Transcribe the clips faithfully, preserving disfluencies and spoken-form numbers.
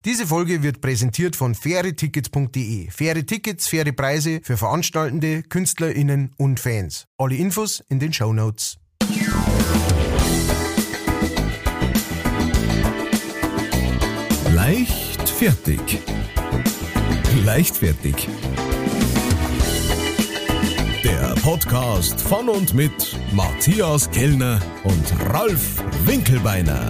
Diese Folge wird präsentiert von faire tickets punkt de. Faire Tickets, faire Preise für Veranstaltende, KünstlerInnen und Fans. Alle Infos in den Shownotes. Leichtfertig. Leichtfertig. Der Podcast von und mit Matthias Kellner und Ralf Winkelbeiner.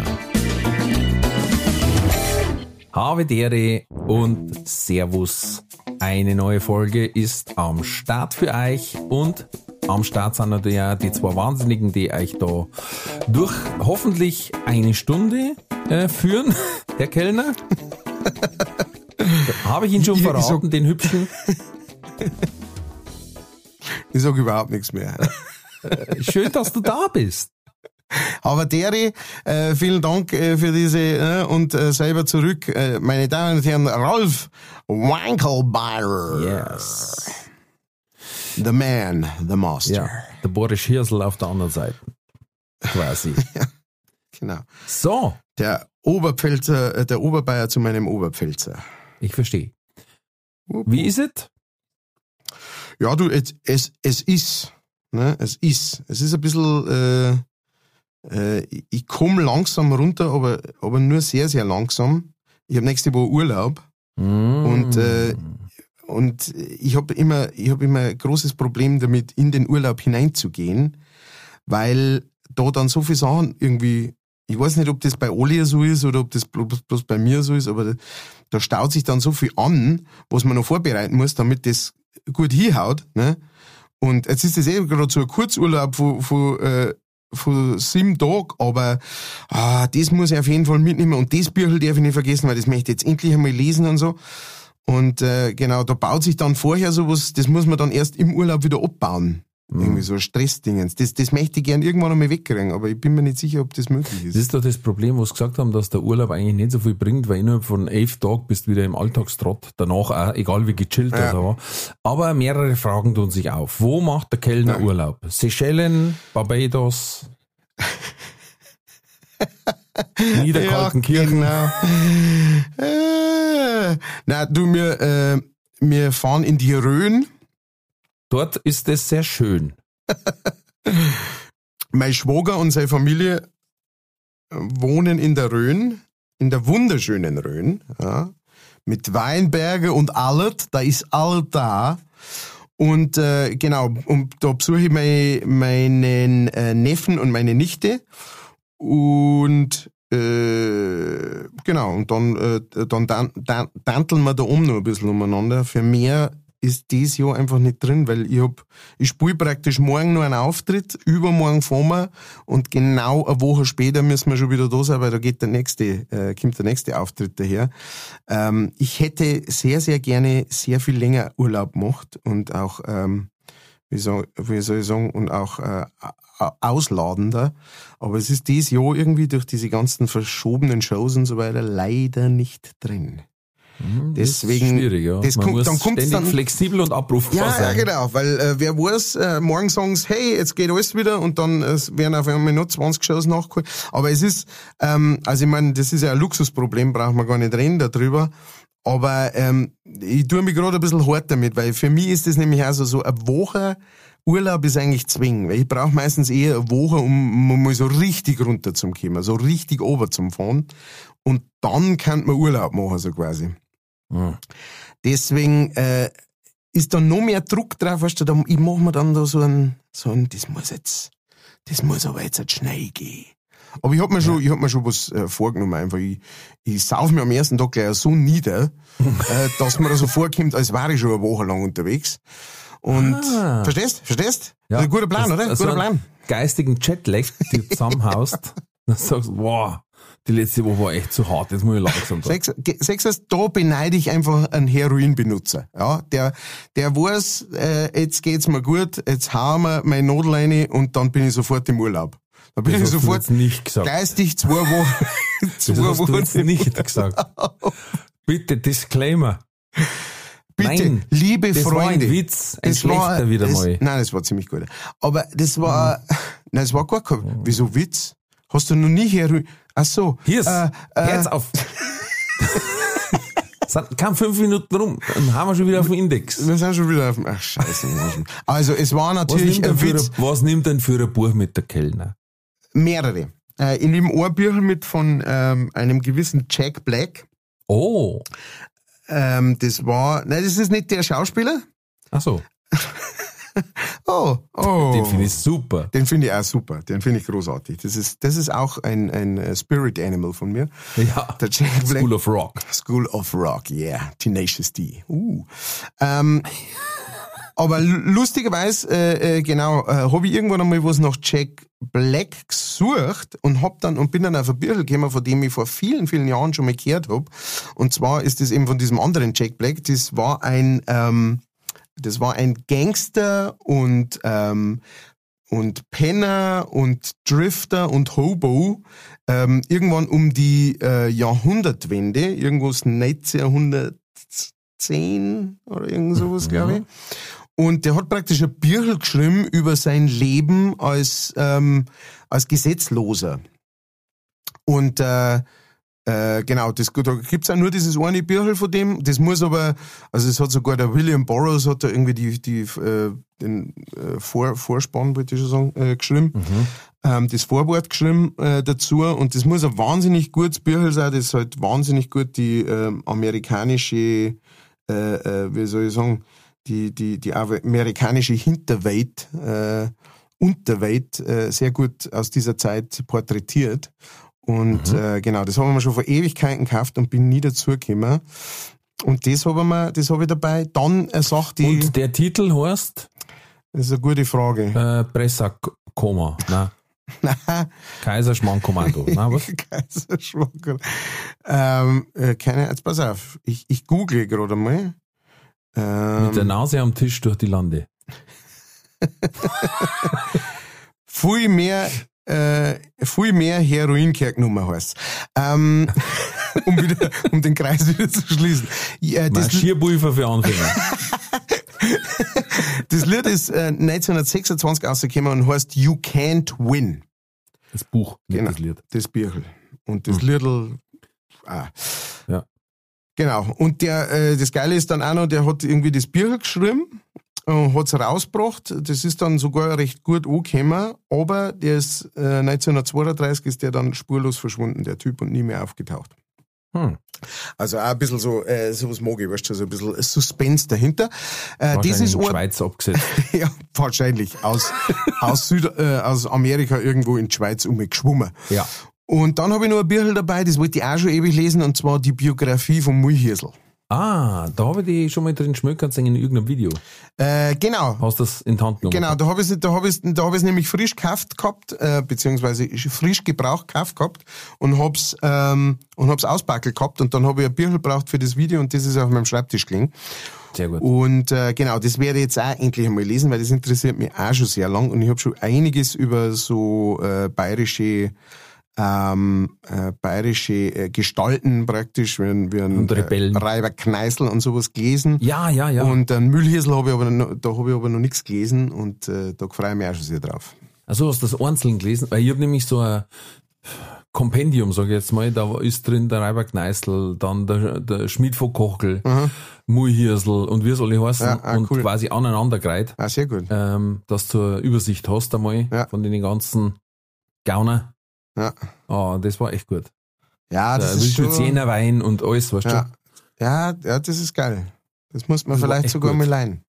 Havedere und Servus. Eine neue Folge ist am Start für euch und am Start sind natürlich auch die zwei Wahnsinnigen, die euch da durch hoffentlich eine Stunde äh, führen. Herr Kellner, habe ich ihn schon verraten, ich, ich sag, den hübschen? Ich sage überhaupt nichts mehr. Schön, dass du da bist. Aber Deri, äh, vielen Dank äh, für diese äh, und äh, selber zurück, äh, meine Damen und Herren, Ralf Winkelbeiner. Yes. The man, the master. Ja, der Boris Hirsl auf der anderen Seite. Quasi. Ja, genau. So. Der Oberpfälzer, äh, der Oberbayer zu meinem Oberpfälzer. Ich verstehe. Wie ist es? Ja, du, es, es, es ist, ne, es ist, es ist ein bisschen, äh, äh, ich komme langsam runter, aber, aber nur sehr, sehr langsam. Ich habe nächste Woche Urlaub mm. und, äh, und ich habe immer, ich habe immer ein großes Problem damit, in den Urlaub hineinzugehen, weil da dann so viele Sachen irgendwie, ich weiß nicht, ob das bei alle so ist oder ob das bloß, bloß bei mir so ist, aber da, da staut sich dann so viel an, was man noch vorbereiten muss, damit das gut hinhaut, ne? Und jetzt ist das eh gerade so ein Kurzurlaub von, von, äh, von sieben Tagen, aber ah, das muss ich auf jeden Fall mitnehmen und das Büchel darf ich nicht vergessen, weil das möchte ich jetzt endlich einmal lesen und so. Und äh, genau, da baut sich dann vorher sowas, das muss man dann erst im Urlaub wieder abbauen. Mhm. Irgendwie so Stressdingens. Das, das möchte ich gern irgendwann einmal wegkriegen, aber ich bin mir nicht sicher, ob das möglich ist. Das ist doch das Problem, was sie gesagt haben, dass der Urlaub eigentlich nicht so viel bringt, weil innerhalb von elf Tagen bist du wieder im Alltagstrott. Danach auch, egal wie gechillt ja. das war. Aber mehrere Fragen tun sich auf. Wo macht der Kellner ja. Urlaub? Seychellen, Barbados, Niederkaltenkirchen? Ja, genau. äh, na, du, wir, äh, wir fahren in die Rhön. Dort ist es sehr schön. Mein Schwager und seine Familie wohnen in der Rhön, in der wunderschönen Rhön, ja, mit Weinberge und alles, da ist alles da. Und äh, genau, und da besuche ich meine, meinen äh, Neffen und meine Nichte. Und äh, genau, und dann, äh, dann dan, dan, danteln wir da um noch ein bisschen umeinander. Für mehr ist dieses Jahr einfach nicht drin, weil ich hab, ich spiele praktisch morgen noch einen Auftritt, übermorgen fahren wir und genau eine Woche später müssen wir schon wieder da sein, weil da geht der nächste, äh, kommt der nächste Auftritt daher. Ähm, ich hätte sehr, sehr gerne sehr viel länger Urlaub gemacht und auch, ähm, wie soll, wie soll ich sagen, und auch äh, ausladender. Aber es ist dieses Jahr irgendwie durch diese ganzen verschobenen Shows und so weiter leider nicht drin. Deswegen, das ist schwierig, ja. Das Man kommt, muss dann kommt's ständig dann flexibel und abrufbar ja, sein. Ja, genau, weil äh, wer weiß, äh, morgen sagen sie, hey, jetzt geht alles wieder und dann äh, werden auf einmal noch zwanzig Shows nachgeholt. Aber es ist, ähm, also ich meine, das ist ja ein Luxusproblem, braucht man gar nicht reden darüber. Aber ähm, ich tue mich gerade ein bisschen hart damit, weil für mich ist das nämlich also so eine Woche Urlaub ist eigentlich zwingend, weil ich brauche meistens eher eine Woche, um, um mal so richtig runter zu kommen, so richtig ober zum Fahren. Und dann kann man Urlaub machen, so quasi. Mhm. Deswegen äh, ist da noch mehr Druck drauf, weißt du, da, ich mache mir dann da so ein, so ein, das muss jetzt, das muss aber jetzt schnell gehen. Aber ich hab mir schon, ich hab mir schon was äh, vorgenommen, einfach, ich, ich sauf mir am ersten Tag gleich so nieder, äh, dass mir da so vorkommt, als wäre ich schon eine Woche lang unterwegs. Und, ah. verstehst, verstehst? Ja, ein guter Plan, das, oder? Also guter Plan. Geistigen Jetlag, die du zusammenhaust, dann sagst du, wow, die letzte Woche war echt zu hart, jetzt muss ich langsam da. Sechstens, da beneide ich einfach einen Heroinbenutzer. Ja, der, der weiß, äh, jetzt geht's mir gut, jetzt hauen wir meine Nadel rein und dann bin ich sofort im Urlaub. Da bin das ich sofort nicht gesagt. geistig zwei Wochen. zwei das hast Wochen du jetzt nicht gesagt. Bitte, Disclaimer. Bitte, Nein, liebe das Freunde. War ein Witz, ein das war schlechter wieder das, mal. Nein, das war ziemlich gut. Aber das war, mhm. nein, das war gar kein, mhm. wieso Witz? Hast du noch nie Heroin? Ach so. Hier ist, äh, äh, Herz auf. Sind kaum fünf Minuten rum, dann haben wir schon wieder auf dem Index. Wir sind schon wieder auf dem, ach scheiße. Also es war Was natürlich nimmt, denn ein für Witz. ein, was nimmt denn für ein Buch mit der Kellner? Mehrere. Äh, ich nehme ein Bücher mit von ähm, einem gewissen Jack Black. Oh. Ähm, das war, nein, das ist nicht der Schauspieler. Ach so. Oh, oh. Den finde ich super. Den finde ich auch super. Den finde ich großartig. Das ist, das ist auch ein, ein Spirit Animal von mir. Ja. Der Jack Black. School of Rock. School of Rock, yeah. Tenacious D. Uh. Ähm, aber lustigerweise, äh, äh, genau, äh, habe ich irgendwann einmal was nach Jack Black gesucht und hab dann und bin dann auf ein Büchel gekommen, von dem ich vor vielen, vielen Jahren schon mal gehört habe. Und zwar ist das eben von diesem anderen Jack Black. Das war ein, ähm, das war ein Gangster und ähm, und Penner und Drifter und Hobo ähm, irgendwann um die äh, Jahrhundertwende, irgendwas neunzehnhundertzehn oder irgend sowas, glaube ich. Und der hat praktisch ein Büchel geschrieben über sein Leben als ähm, als Gesetzloser. Und äh, äh, genau, das, da gibt's auch nur dieses eine Büchel von dem. Das muss aber, also es hat sogar der William Burroughs hat da irgendwie die die äh, den äh, Vor, Vorspann, wollte ich schon sagen, äh, geschrieben. Mhm. Ähm, das Vorwort geschrieben äh, dazu. Und das muss ein wahnsinnig gutes Büchel sein. Das ist halt wahnsinnig gut die äh, amerikanische, äh, äh, wie soll ich sagen, die die die amerikanische Hinterwelt, äh, Unterwelt äh, sehr gut aus dieser Zeit porträtiert. Und mhm. äh, genau, das haben wir schon vor Ewigkeiten gekauft und bin nie dazugekommen. Und das habe ich, das hab ich dabei. Dann eine Sache, die... Und der Titel heißt? Das ist eine gute Frage. Äh, Pressakoma. Nein. Kaiserschmarrn-Kommando. Nein, was? Kaiserschmarrn. Ähm, äh, keine, jetzt pass auf. Ich, ich google gerade mal. Ähm, Mit der Nase am Tisch durch die Lande. Viel mehr... Äh, viel mehr Heroin-Kerknummer heißt. Ähm, um wieder, um den Kreis wieder zu schließen. Ja, das Marschierpulver für Anfänger. Das Lied ist äh, neunzehnhundertsechsundzwanzig rausgekommen und heißt You Can't Win. Das Buch, nicht genau, das Lied. Das Bierl. Und das hm. Liedl, ah. Ja. Genau. Und der, äh, das Geile ist dann auch noch, der hat irgendwie das Bierl geschrieben, hat es rausgebracht, das ist dann sogar recht gut angekommen, aber der ist, äh, neunzehnhundertzweiunddreißig ist der dann spurlos verschwunden, der Typ, und nie mehr aufgetaucht. Hm. Also auch ein bisschen so, äh, sowas mag ich, weißt du, so ein bisschen Suspense dahinter. Äh, das ist in die Schweiz abgesetzt. Ja, wahrscheinlich. Aus, aus, Süd, äh, aus Amerika irgendwo in die Schweiz umgeschwommen. Ja. Und dann habe ich noch ein Büchel dabei, das wollte ich auch schon ewig lesen, und zwar die Biografie von Mullhirsl. Ah, da habe ich die schon mal drin schmökern sehen in irgendeinem Video. Äh, genau. Hast du das in die Hand genommen? Genau, da habe ich es da hab da hab nämlich frisch gekauft gehabt, äh, beziehungsweise frisch gebraucht gekauft gehabt und hab's, ähm, und hab's auspackelt gehabt, und dann habe ich ein Büchel gebraucht für das Video, und das ist auf meinem Schreibtisch gelegen. Sehr gut. Und äh, genau, das werde ich jetzt auch endlich einmal lesen, weil das interessiert mich auch schon sehr lang, und ich habe schon einiges über so äh, bayerische ähm, äh, bayerische äh, Gestalten praktisch, wie ein, wie ein und Rebellen. Äh, Reiber Kneißl und sowas gelesen. Ja, ja, ja. Und ein Müllhirsl habe ich aber noch, da habe ich aber noch nichts gelesen, und äh, da freue ich mich auch schon sehr drauf. Also hast du das einzeln gelesen? Weil ich habe nämlich so ein Kompendium, sage ich jetzt mal, da ist drin der Reiber Kneißl, dann der, der Schmied von Kochel, mhm. Mullhirsl und wie es alle heißen, ja, ah, und cool. quasi aneinandergereiht. Ah, sehr gut. Ähm, dass du eine Übersicht hast einmal ja. von den ganzen Gauner. Ja. Oh, das war echt gut. Ja, das der ist schon... Zehner Wein und alles, weißt ja. du? Ja, ja, das ist geil. Das muss man das vielleicht sogar gut. mal leihen.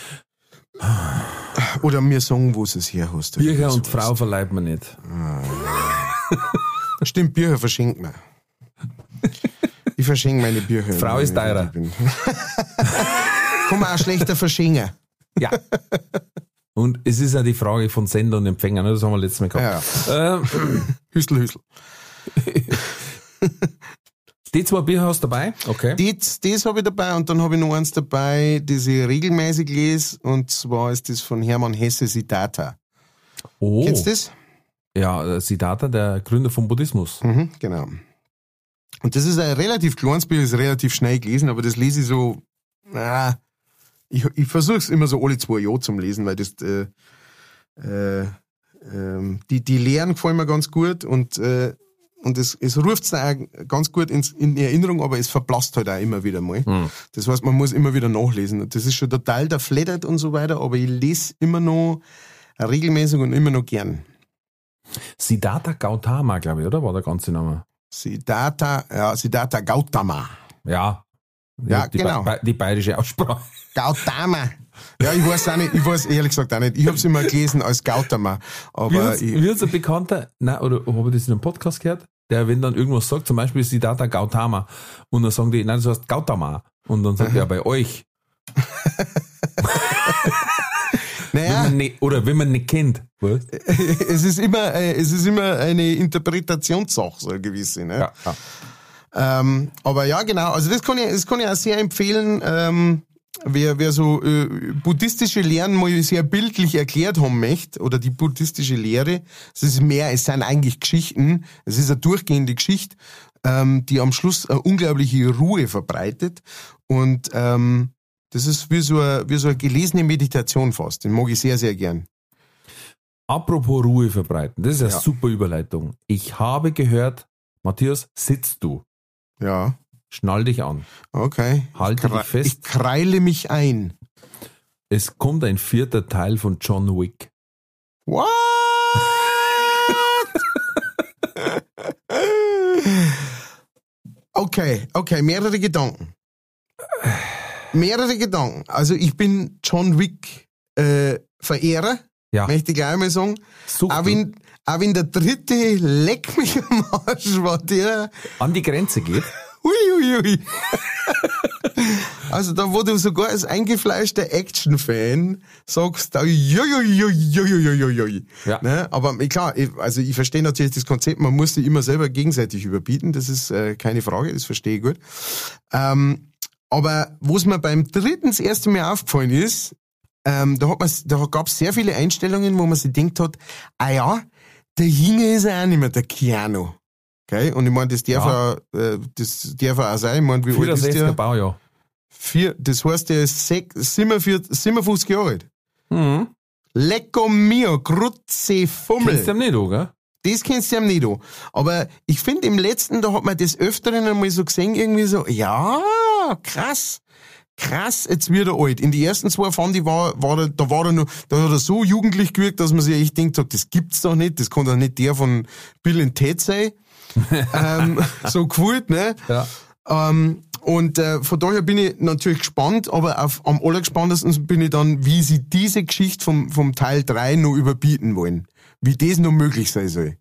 Oder mir sagen, wo es her hast. Bücher und Frau verleiht man nicht. Ah, ja. Stimmt, Bücher verschenkt man. Ich verschenke meine Bücher. Frau ist teurer. Kann man auch schlechter verschenken. Ja. Und es ist ja die Frage von Sender und Empfänger, ne? Das haben wir letztes Mal gehabt. Ja. Ähm. Hüstel, Hüstel. Die zwei Bücher hast du dabei? Okay. Das, das habe ich dabei, und dann habe ich noch eins dabei, das ich regelmäßig lese, und zwar ist das von Hermann Hesse, Siddhartha. Oh. Kennst du das? Ja, Siddhartha, der Gründer vom Buddhismus. Mhm, genau. Und das ist ein relativ kleines Buch, ist relativ schnell gelesen, aber das lese ich so, ah, ich, ich versuche es immer so alle zwei Jahre zum Lesen, weil das, äh, äh, äh, die, die Lehren gefallen mir ganz gut, und äh, und es, es ruft es auch ganz gut ins, in die Erinnerung, aber es verblasst halt auch immer wieder mal. Mhm. Das heißt, man muss immer wieder nachlesen. Und das ist schon total der Flattert und so weiter, aber ich lese immer noch regelmäßig und immer noch gern. Siddhartha Gautama, glaube ich, oder? War der ganze Name? Siddhartha, ja, Siddhartha Gautama. Ja. Ja, die genau. Ba- die bayerische Aussprache. Gautama. Ja, ich weiß auch nicht, ich weiß ehrlich gesagt auch nicht. Ich habe es immer gelesen als Gautama. Aber wie wird ein Bekannter, nein, oder habe ich das in einem Podcast gehört? Der, wenn dann irgendwas sagt, zum Beispiel Siddhartha Gautama, und dann sagen die, nein, das heißt Gautama. Und dann sagt er, bei euch. Naja. Wenn man nicht, oder wenn man nicht kennt. Was? Es ist immer, es ist immer eine Interpretationssache, so eine gewisse. Ne? Ja, ja. Ähm, aber ja, genau, also das kann ich, das kann ich auch sehr empfehlen, ähm, wer, wer so äh, buddhistische Lehren mal sehr bildlich erklärt haben möchte, oder die buddhistische Lehre, es ist mehr, es sind eigentlich Geschichten, es ist eine durchgehende Geschichte, ähm, die am Schluss eine unglaubliche Ruhe verbreitet, und ähm, das ist wie so eine, wie so eine gelesene Meditation fast, den mag ich sehr, sehr gern. Apropos Ruhe verbreiten, das ist eine Ja. super Überleitung. Ich habe gehört, Matthias, sitzt du. Ja, Schnall dich an. okay. Halte ich, krei- dich fest. ich kreile mich ein. Es kommt ein vierter Teil von John Wick. What? Okay, okay, mehrere Gedanken. Mehrere Gedanken. Also ich bin John Wick äh, Verehrer, Ja, möchte ich gleich mal sagen. Sucht Auch wenn, auch wenn der dritte Leck mich am Arsch war, der an die Grenze geht. hui, hui, hui. Also da, wo du sogar als eingefleischter Action-Fan sagst, da, joi, joi, joi, joi, joi, joi. Ja. Ne? Aber klar, ich, also ich verstehe natürlich das Konzept, man muss sich immer selber gegenseitig überbieten, das ist äh, keine Frage, das verstehe ich gut. Ähm, aber wo es mir beim dritten das erste Mal aufgefallen ist, ähm, da, hat man, da gab es sehr viele Einstellungen, wo man sich gedacht hat, ah ja, der Hinge ist ja auch nicht mehr der Keanu. Okay? Und ich meine, das darf Ja. ja, äh, das darf auch sein. Ich meine, wie alt ist vierundsechziger der? Baujahr. Vier, das heißt, der ist sech- siebenundvierzig, siebenundfünfzig Jahre alt. Mhm. Lecco mio, Grutze Fummel. Kennst du ihn nicht, oder? Das kennst du ja nicht an. Aber ich finde, im letzten, da hat man des Öfteren einmal so gesehen, irgendwie so, ja, krass. Krass, jetzt wird er alt. In die ersten zwei fand ich, war, war er, da war er noch, da hat er so jugendlich gewirkt, dass man sich echt denkt, sagt, das gibt's doch nicht, das kann doch nicht der von Bill and Ted sein. ähm, so gefühlt, ne? Ja. Ähm, und äh, von daher bin ich natürlich gespannt, aber auf, am allergespanntesten bin ich dann, wie sie diese Geschichte vom, vom Teil drei noch überbieten wollen. Wie das noch möglich sein soll.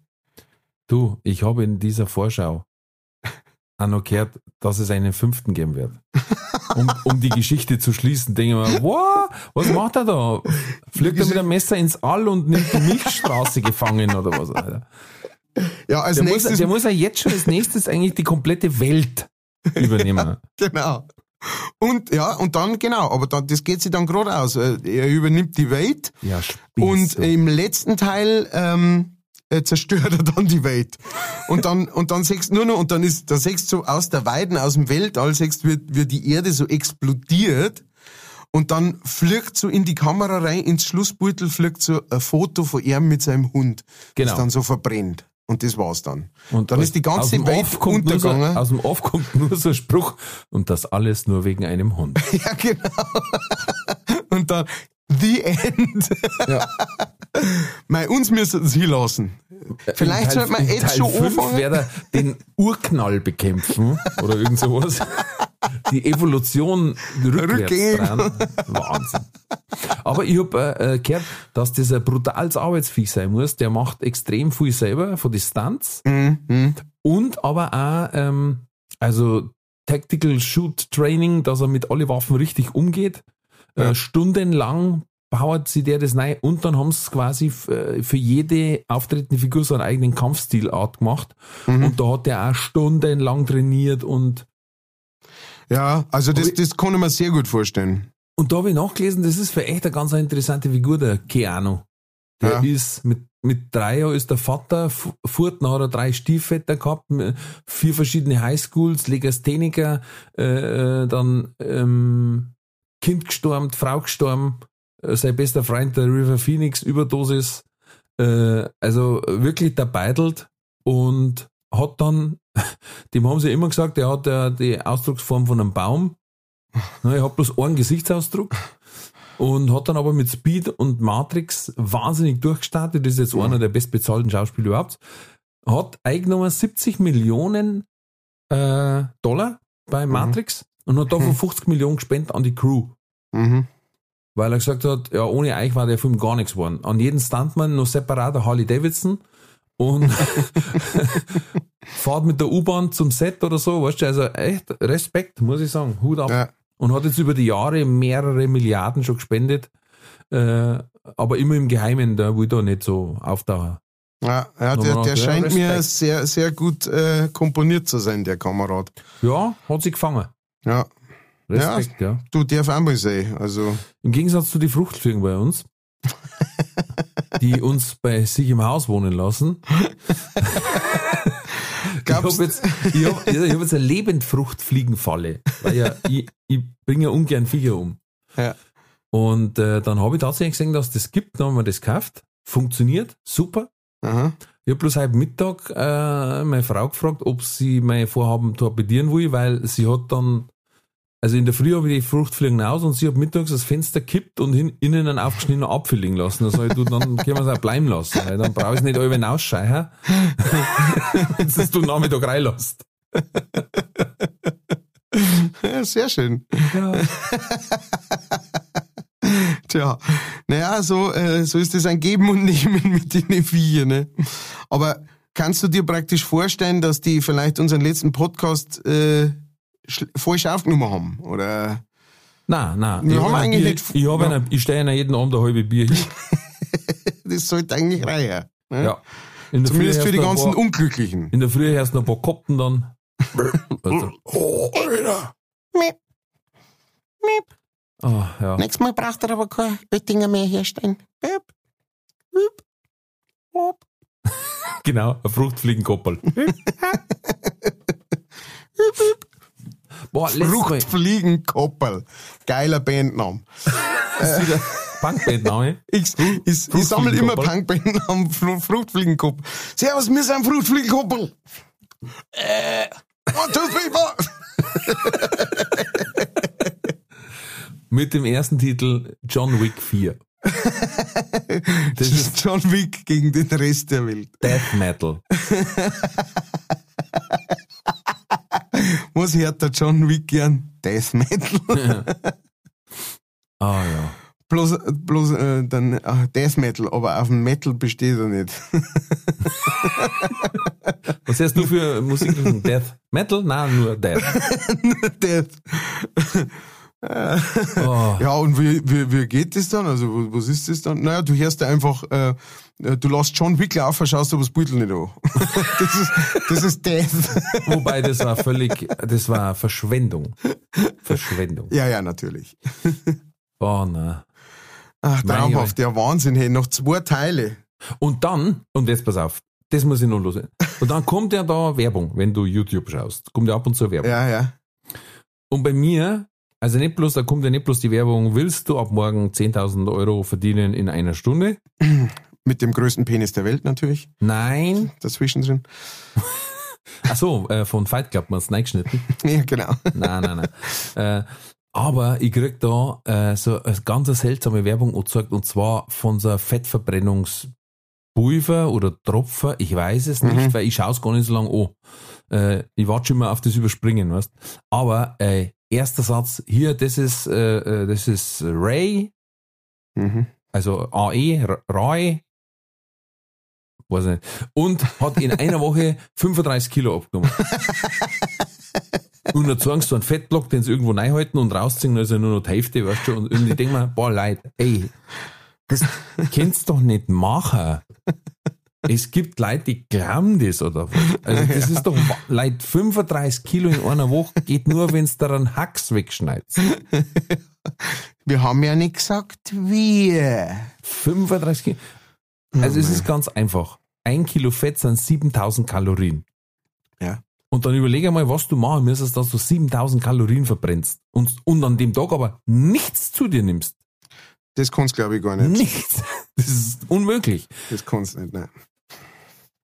Du, ich habe in dieser Vorschau auch noch gehört, dass es einen fünften geben wird. Um, um die Geschichte zu schließen, denke ich mir, wow, was macht er da? Fliegt er mit einem Messer ins All und nimmt die Milchstraße gefangen oder was? Alter? Ja, als Der, muss, nächstes. der muss ja jetzt schon als nächstes eigentlich die komplette Welt übernehmen. Genau. Und ja, und dann, genau, aber dann, das geht sich dann gerade aus. Äh, Er übernimmt die Welt Ja, Spieß, und du. im letzten Teil ähm, äh, zerstört er dann die Welt. Und dann, und dann siehst du nur noch, und dann ist, da siehst du so aus der Weiden, aus dem Weltall, siehst du, wird, wird die Erde so explodiert. Und dann fliegt so in die Kamera rein, ins Schlussbeutel fliegt so ein Foto von ihm mit seinem Hund. Genau. Das dann so verbrennt. Und das war's dann. Und dann aus- ist die aus ganze dem Welt Off kommt nur so, untergegangen. aus dem Off kommt nur so ein Spruch, und das alles nur wegen einem Hund. Ja, genau. Und dann, the end. Ja. Mei, uns müssen sie lassen. Vielleicht Teil- sollte man in jetzt Teil schon fünf anfangen. wird er den Urknall bekämpfen oder irgend sowas. Die Evolution rückwärts Rückgehen. dran. Wahnsinn. Aber ich habe äh, gehört, dass das ein brutales Arbeitsviech sein muss. Der macht extrem viel selber von den Stunts Mhm. und aber auch ähm, also Tactical Shoot Training, dass er mit alle Waffen richtig umgeht. Ja. Äh, stundenlang baut sie der das rein und dann haben sie quasi f- äh, für jede auftretende Figur so einen eigenen Kampfstilart gemacht. Mhm. Und da hat der auch stundenlang trainiert und Ja, also das, Aber ich- das kann ich mir sehr gut vorstellen. Und da habe ich nachgelesen, das ist für echt eine ganz interessante Figur, der Keanu. Der Ja. ist mit, mit drei Jahren ist der Vater, f- fort, dann hat er drei Stiefväter gehabt, m- vier verschiedene Highschools, Legastheniker, äh, äh, dann ähm, Kind gestorben, Frau gestorben, äh, sein bester Freund, der River Phoenix, Überdosis. Äh, also wirklich der beidelt und hat dann, dem haben sie immer gesagt, der hat ja die Ausdrucksform von einem Baum. Er hat bloß einen Gesichtsausdruck und hat dann aber mit Speed und Matrix wahnsinnig durchgestartet. Das ist jetzt mhm. einer der bestbezahlten Schauspieler überhaupt. Hat eingenommen siebzig Millionen äh, Dollar bei Matrix mhm. und hat davon mhm. fünfzig Millionen gespendet an die Crew. Mhm. Weil er gesagt hat, ja, ohne euch war der Film gar nichts geworden. An jeden Stuntman noch separater Harley Davidson und fahrt mit der U-Bahn zum Set oder so, weißt du, also echt Respekt, muss ich sagen, Hut ab. Ja. Und hat jetzt über die Jahre mehrere Milliarden schon gespendet, äh, aber immer im Geheimen, der will da nicht so auftauchen. Ja, ja der, der scheint Respekt. mir sehr, sehr gut äh, komponiert zu sein, der Kamerad. Ja, hat sich gefangen. Ja. Respekt, ja. ja. Du darfst auch mal sehen. Also. Im Gegensatz zu den Fruchtfliegen bei uns, die uns bei sich im Haus wohnen lassen. ich habe jetzt, ich hab, ich hab jetzt eine Lebendfruchtfliegenfalle, weil ja, ich, ich bringe ja ungern Viecher um. Ja. Und äh, dann habe ich tatsächlich gesehen, dass das gibt, dann haben wir das gekauft. Funktioniert, super. Aha. Ich habe bloß heute Mittag äh, meine Frau gefragt, ob sie mein Vorhaben torpedieren will, weil sie hat dann, also in der Früh habe ich die Fruchtfliegen aus und sie hat mittags das Fenster kippt und hin, innen einen aufgeschnittenen Apfel liegen lassen. Da sag ich, du, dann können wir es auch bleiben lassen, weil dann brauche ich es nicht alle ausscheißen, wenn du es du Nachmittag reinlässt. Ja, sehr schön. Ja. Tja, naja, so, äh, so ist es ein Geben und Nehmen mit den Vieh, ne? Aber kannst du dir praktisch vorstellen, dass die vielleicht unseren letzten Podcast äh, falsch aufgenommen haben? Oder? Nein, nein. Wir haben eigentlich Bier, nicht. Ich, habe ja. eine, ich stehe ja jeden Abend ein halbes Bier hin. Das sollte eigentlich reichen. Ne? Ja. Zumindest für die ganzen paar, Unglücklichen. In der Früh hörst du noch ein paar Kopten dann. Also. Oh, Alter. Miep. Miep. Oh, ja. Nächstes Mal braucht er aber kein Oettinger mehr herstellen. Miep. Miep. Miep. Genau, ein Fruchtfliegenkoppel. Boah, Fruchtfliegenkoppel. Geiler Bandname. äh, Punkbandname? Ich, ich, ich sammle immer Punkbandnamen. Fruchtfliegenkoppel. Servus, wir sind Fruchtfliegenkoppel. Äh, one, two, three, four. Mit dem ersten Titel John Wick vier. Das ist John Wick gegen den Rest der Welt. Death Metal. Was hört der John Wick gern? Death Metal. Ah ja. Bloß, bloß äh, dann äh, Death Metal, aber auf dem Metal besteht er nicht. Was hörst du für Musik? Death Metal? Nein, nur Death. Nur Death. Oh. Ja, und wie, wie, wie geht das dann? Also, was ist das dann? Naja, du hörst einfach, äh, du lässt John Wick laufen, schaust aber das Beutel nicht an. Das ist, das ist Death. Wobei, das war völlig, das war Verschwendung. Verschwendung. Ja, ja, natürlich. Oh, nein. Ach, traumhaft, der Wahnsinn, hey, noch zwei Teile. Und dann, und jetzt pass auf, das muss ich noch los. Und dann kommt ja da Werbung, wenn du YouTube schaust. Kommt ja ab und zu Werbung. Ja, ja. Und bei mir, also nicht bloß, da kommt ja nicht bloß die Werbung, willst du ab morgen zehntausend Euro verdienen in einer Stunde? Mit dem größten Penis der Welt natürlich. Nein. Dazwischen drin. Ach so, äh, von Fight Club, man es reingeschnitten. Ja, genau. Nein, nein, nein. Äh, aber ich krieg da äh, so eine ganz seltsame Werbung angezeigt, und zwar von so einer Fettverbrennungspulver oder Tropfen, ich weiß es nicht, mhm. weil ich schaue es gar nicht so lange an. Äh, ich warte schon mal auf das Überspringen, weißt. Aber äh, erster Satz, hier, das ist, äh, das ist Ray, mhm. also A E, Ray, weiß nicht, und hat in einer Woche fünfunddreißig Kilo abgenommen. Und dann zeigen sie so einen Fettblock, den sie irgendwo reinhalten und rausziehen, dann ist ja nur noch die Hälfte, weißt du, und irgendwie denken wir, boah, Leute, ey, das kannst du doch nicht machen. Es gibt Leute, die glauben das, oder was? Also das ist doch, Leute, fünfunddreißig Kilo in einer Woche geht nur, wenn es da einen Hax wegschneidest. Wir haben ja nicht gesagt, wir. fünfunddreißig Kilo. Also oh, es ist ganz einfach. Ein Kilo Fett sind siebentausend Kalorien. Ja. Und dann überlege mal, was du machen müsstest, dass du siebentausend Kalorien verbrennst. Und, und an dem Tag aber nichts zu dir nimmst. Das kannst du, glaube ich, gar nicht. Nichts. Das ist unmöglich. Das kannst du nicht, nein.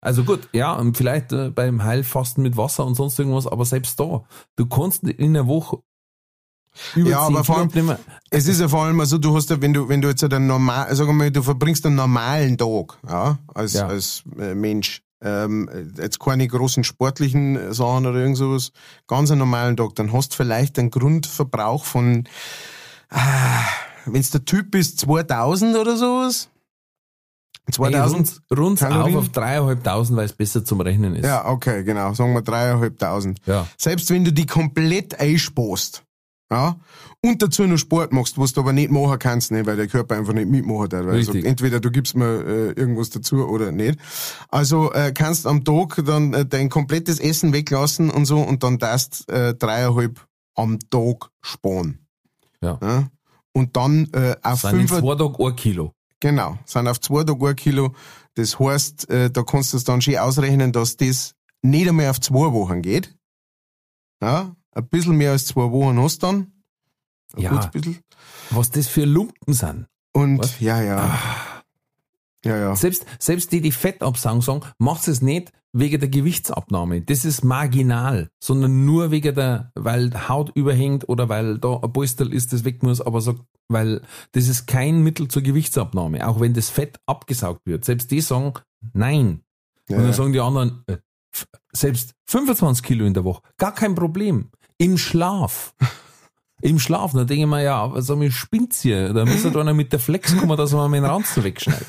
Also gut, ja, und vielleicht äh, beim Heilfasten mit Wasser und sonst irgendwas, aber selbst da, du kannst in einer Woche über ja, zehn aber vor allem, Kilo abnehmen. es ist ja vor allem so, du hast ja, wenn du, wenn du jetzt einen normal, sagen wir mal, du verbringst einen normalen Tag, ja, als, Ja. als äh, Mensch, ähm, jetzt keine großen sportlichen Sachen oder irgend sowas, ganz einen normalen Tag, dann hast du vielleicht einen Grundverbrauch von, ah, wenn es der Typ ist, zweitausend oder sowas. Hey, zweitausend rund, rund Kalorien? auf auf dreieinhalbtausend, weil es besser zum Rechnen ist. Ja, okay, genau, sagen wir dreieinhalbtausend. Ja. Selbst wenn du die komplett einsparst, ja, und dazu noch Sport machst, was du aber nicht machen kannst, ne, weil der Körper einfach nicht mitmachen darf. Weil er sagt, Richtig. entweder du gibst mir äh, irgendwas dazu oder nicht. Also äh, kannst am Tag dann äh, dein komplettes Essen weglassen und so und dann darfst äh, dreieinhalb am Tag sparen. Ja. Ja? Und dann äh, auf Sind in fünf, zwei Tagen ein Kilo. genau, sind auf zwei Tage ein Kilo. Das heißt, äh, da kannst du es dann schön ausrechnen, dass das nicht einmal auf zwei Wochen geht. Ja, ein bisschen mehr als zwei Wochen hast du dann. Ein Ja. gutes bisschen. Was das für Lumpen sind. Und Was? ja, ja. Ja, ja. Selbst, selbst die, die Fett absagen, sagen, macht es nicht wegen der Gewichtsabnahme. Das ist marginal, sondern nur wegen der, weil Haut überhängt oder weil da ein Polster ist, das weg muss, aber so, weil das ist kein Mittel zur Gewichtsabnahme, auch wenn das Fett abgesaugt wird. Selbst die sagen, nein. Ja, Und dann ja. sagen die anderen, äh, f- selbst fünfundzwanzig Kilo in der Woche, gar kein Problem. Im Schlaf. Im Schlaf. Da denke ich mir, ja, sag mal, spinnt's hier. Da muss halt einer mit der Flex kommen, dass man meinen Ranzen wegschneidet.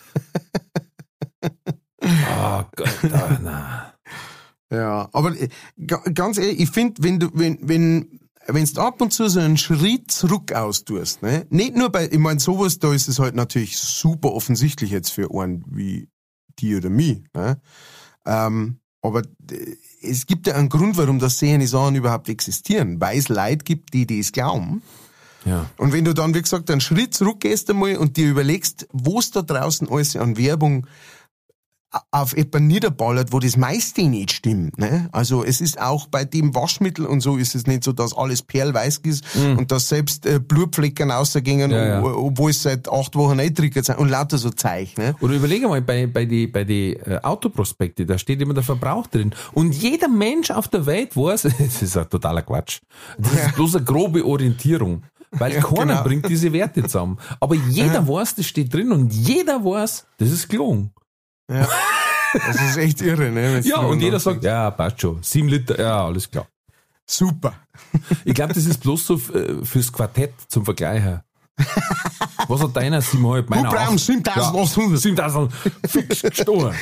Oh Gott, oh, na. Ja, aber äh, ga- ganz ehrlich, ich finde, wenn du, wenn, wenn, wenn du ab und zu so einen Schritt zurück austust, ne, nicht nur bei, ich meine, sowas, da ist es halt natürlich super offensichtlich jetzt für einen wie die oder mich, ne, ähm, aber äh, es gibt ja einen Grund, warum das solche Sachen überhaupt existieren, weil es Leute gibt, die das glauben. Ja. Und wenn du dann, wie gesagt, einen Schritt zurückgehst einmal und dir überlegst, wo es da draußen alles an Werbung auf etwas niederballert, wo das meiste nicht stimmt. Ne? Also es ist auch bei dem Waschmittel und so ist es nicht so, dass alles perlweiß ist Mhm. und dass selbst äh, Blutflecken rausgehen, Ja, ja. ob- obwohl es seit acht Wochen eintriggert sind und lauter so Zeug. Ne? Oder überlege mal, bei, bei die, bei die äh, Autoprospekte, da steht immer der Verbrauch drin. Und jeder Mensch auf der Welt weiß, das ist ein totaler Quatsch. Das ist bloß eine grobe Orientierung. Weil Ja, keiner genau. bringt diese Werte zusammen. Aber jeder weiß, das steht drin und jeder weiß, das ist gelogen. Ja. Das ist echt irre. Ne? Wenn's Ja, drüber und jeder nachdenkst. sagt, ja, passt schon. Sieben Liter, ja, alles klar. Super. Ich glaube, das ist bloß so äh, fürs Quartett zum Vergleich her. Was hat deiner siebeneinhalb? Meiner Hubraum acht. siebentausendachthundert. siebentausend fix gestohlen.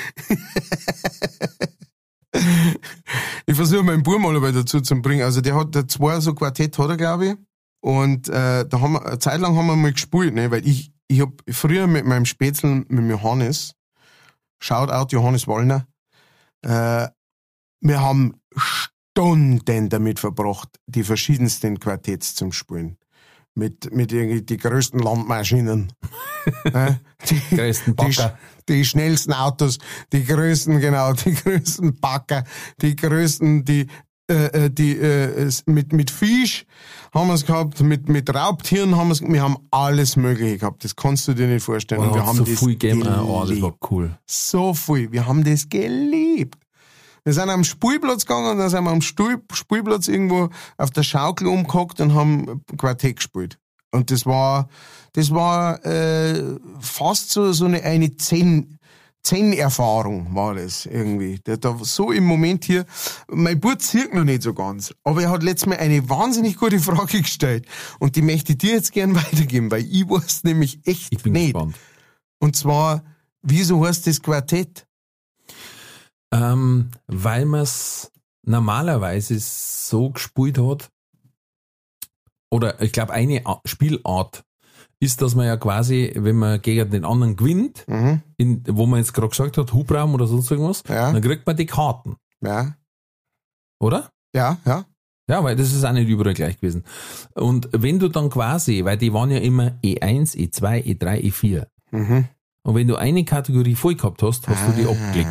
Ich versuche meinen Bub mal dabei dazu zu bringen. Also der hat der zwei so Quartett hat er, glaube ich. Und äh, da haben wir eine Zeit lang haben wir mal gespielt, ne? Weil ich ich hab früher mit meinem Spätzl, mit dem Johannes, Shoutout Johannes Wallner, äh, wir haben Stunden damit verbracht, die verschiedensten Quartetts zum Spielen. Mit, mit irgendwie die größten Landmaschinen. äh, die, Größten die, sch- Bagger. die schnellsten Autos, die größten, genau, die größten Bagger, die größten, die, äh, äh, die, äh, es- mit, mit Fisch haben wir es gehabt, mit, mit Raubtieren haben wir es, wir haben alles Mögliche gehabt, das kannst du dir nicht vorstellen. Oh, Und wir hat's haben so das viel gegeben. geliebt. Oh, das war cool. So viel, wir haben das geliebt. Wir sind am Spielplatz gegangen und dann sind wir am Stuhl, Spielplatz irgendwo auf der Schaukel umgehockt und haben Quartett gespielt. Und das war, das war äh, fast so, so eine, eine Zen, Zen-Erfahrung war das irgendwie. Der da so im Moment hier, mein Bub sieht noch nicht so ganz, aber er hat letztes Mal eine wahnsinnig gute Frage gestellt und die möchte ich dir jetzt gern weitergeben, weil ich weiß nämlich echt Ich bin nicht. gespannt. Und zwar, wieso heißt das Quartett? Ähm, weil man es normalerweise so gespielt hat, oder ich glaube, eine A- Spielart ist, dass man ja quasi, wenn man gegen den anderen gewinnt, Mhm. in, wo man jetzt gerade gesagt hat, Hubraum oder sonst irgendwas, Ja. dann kriegt man die Karten, Ja, oder? ja, ja. Ja, weil das ist auch nicht überall gleich gewesen. Und wenn du dann quasi, weil die waren ja immer E eins, E zwei, E drei, E vier. Mhm. Und wenn du eine Kategorie voll gehabt hast, hast du die abgelegt.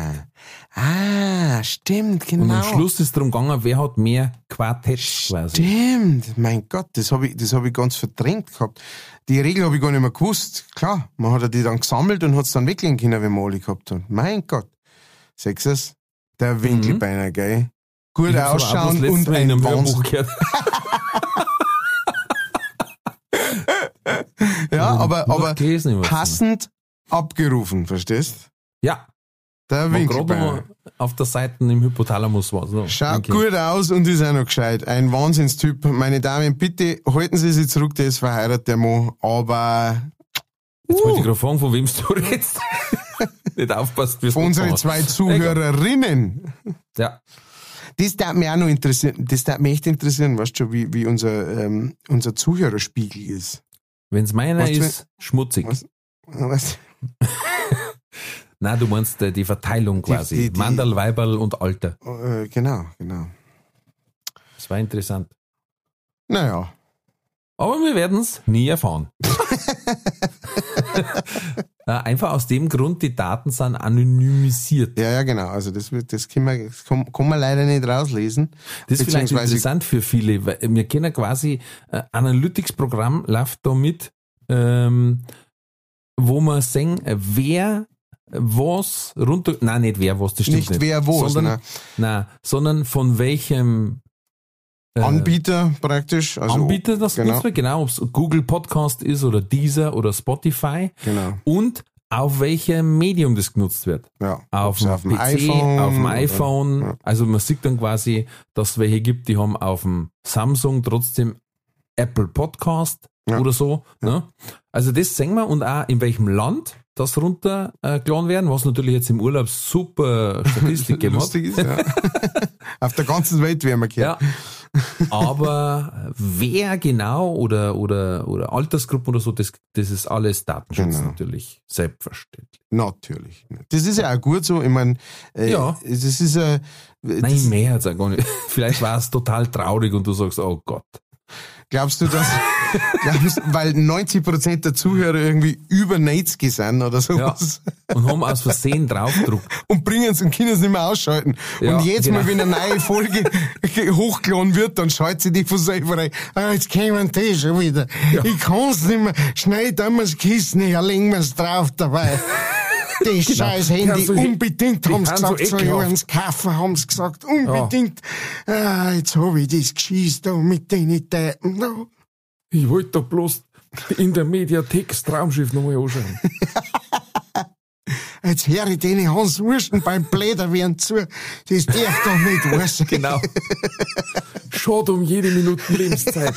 Ah, stimmt, genau. Und am Schluss ist darum gegangen, wer hat mehr Quartett quasi. Stimmt, mein Gott, das habe ich, das hab ich ganz verdrängt gehabt. Die Regel habe ich gar nicht mehr gewusst. Klar, man hat ja die dann gesammelt und hat es dann weglegen können, wenn man alle gehabt hat. Mein Gott, Sechstes, der Winkelbeiner, mhm. gell? Gut ausschauen und ein ein Wahnsinn. Ja, aber, aber gelesen, passend abgerufen, verstehst? Ja. Der Winkelbeiner. Auf der Seite im Hypothalamus war so. Schaut okay. gut aus und ist auch noch gescheit. Ein Wahnsinnstyp. Meine Damen, bitte halten Sie sich zurück, der ist verheiratet, der Mann. Aber... Jetzt uh. wollte ich gerade fragen, von wem du redest. Nicht aufpasst, wie es von unseren zwei Zuhörerinnen. Ja. Das darf mich auch noch interessieren. Das darf mich echt interessieren, weißt du schon, wie, wie unser, ähm, unser Zuhörerspiegel ist. Wenn es meiner weißt, ist, wenn, schmutzig. Was? Was? Nein, du meinst äh, die Verteilung quasi. Die, die, die, Mandal, Weiberl und Alter. Äh, genau, genau. Das war interessant. Naja. Aber wir werden es nie erfahren. Einfach aus dem Grund, die Daten sind anonymisiert. Ja, ja, genau. Also das, wird, das, kann, man, das kann, kann man leider nicht rauslesen. Das ist vielleicht interessant für viele, weil wir kennen quasi, ein Analytics-Programm läuft da mit, ähm, wo man sehen, wer was runter, nein, nicht wer was, das stimmt nicht. Nicht wer was, sondern, nein, sondern von welchem äh, Anbieter praktisch. Also, Anbieter das genau. genutzt wird, genau, ob es Google Podcast ist oder Deezer oder Spotify. Genau. Und auf welchem Medium das genutzt wird. Ja. Auf dem auf P C, iPhone, auf dem iPhone. Oder, ja. Also man sieht dann quasi, dass es welche gibt, die haben auf dem Samsung trotzdem Apple Podcast ja. oder so. Ja. Ne? Also das sehen wir und auch in welchem Land das runtergeladen werden, was natürlich jetzt im Urlaub super Statistik gegeben hat. Lustig ist, ja. Auf der ganzen Welt werden wir gehört. Ja. Aber wer genau oder, oder, oder Altersgruppen oder so, das, das ist alles Datenschutz genau. natürlich. Selbstverständlich. Natürlich. Das ist ja auch gut so. Ich meine, äh, ja. das ist ja. Äh, Nein, mehr hat's auch gar nicht. Vielleicht war es total traurig und du sagst, oh Gott. Glaubst du, dass, glaubst, weil neunzig Prozent der Zuhörer irgendwie über neunzig sind oder sowas? Ja. Und haben aus Versehen draufgedruckt. Und bringen es und können es nicht mehr ausschalten. Ja, und jetzt genau. mal, wenn eine neue Folge hochgeladen wird, dann schaltet sie die von selber rein. Ah, jetzt kämen die schon wieder. Ja. Ich kann's nicht mehr. Schnell tun wir das Kissen her, legen wir es drauf dabei. Das genau. scheiß Handy, so unbedingt, haben sie gesagt, so ins Kaufen, haben sie gesagt, unbedingt. Ja. Ah, jetzt hab ich das Geschiss da mit den Daten. No. Ich wollte da bloß in der Mediathek das Traumschiff nochmal anschauen. Jetzt höre ich den Hans Wursten beim Bläder werden zu. Das darf doch nicht wahr sein. Genau. Schade um jede Minute Lebenszeit.